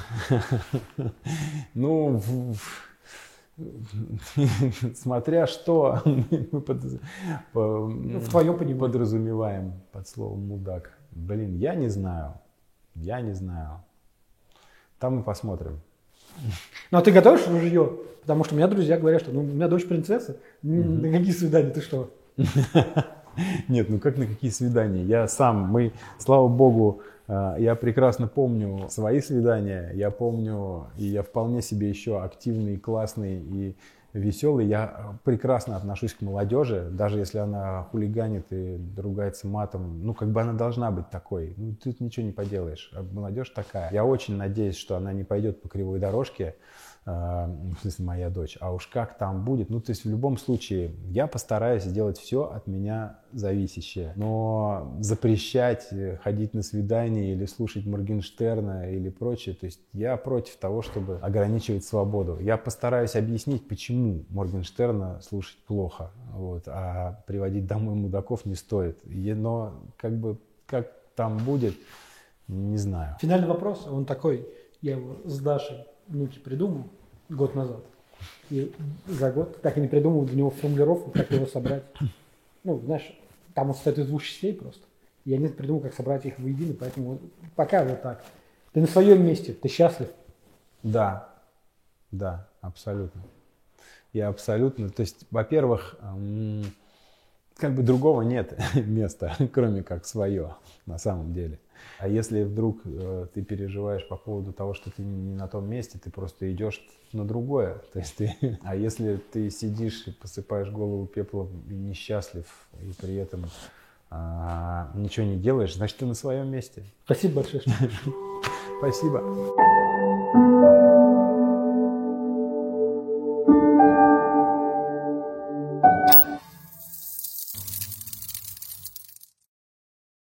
Ну, смотря что мы в твоем понимании подразумеваем под словом «мудак». Блин, я не знаю. Там мы посмотрим. Ну а ты готовишь ружье? Потому что у меня друзья говорят, что у меня дочь принцесса. На какие свидания, ты что? Нет, ну как на какие свидания? Слава богу, я прекрасно помню свои свидания, я помню, и я вполне себе еще активный, классный и веселый. Я прекрасно отношусь к молодежи, даже если она хулиганит и ругается матом. Ну, как бы она должна быть такой. Ну, тут ничего не поделаешь. Молодежь такая. Я очень надеюсь, что она не пойдет по кривой дорожке, в смысле моя дочь, а уж как там будет. Ну, то есть в любом случае я постараюсь сделать все от меня зависящее. Но запрещать ходить на свидание или слушать Моргенштерна или прочее, то есть я против того, чтобы ограничивать свободу. Я постараюсь объяснить, почему Моргенштерна слушать плохо, вот, а приводить домой мудаков не стоит. Но как там будет, не знаю. Финальный вопрос, он такой, я его с Дашей внуки придумал год назад. И за год так и не придумал для него формулировку, как его собрать. Ну, знаешь, там он состоит из 2 частей просто. Я не придумал, как собрать их воедино, поэтому пока вот так. Ты на своем месте, ты счастлив? Да, абсолютно. Я абсолютно, то есть, во-первых, как бы другого нет места, кроме как свое на самом деле. А если вдруг ты переживаешь по поводу того, что ты не на том месте, ты просто идешь на другое. То есть а если ты сидишь и посыпаешь голову пеплом и несчастлив, и при этом ничего не делаешь, значит, ты на своем месте. Спасибо большое. Спасибо.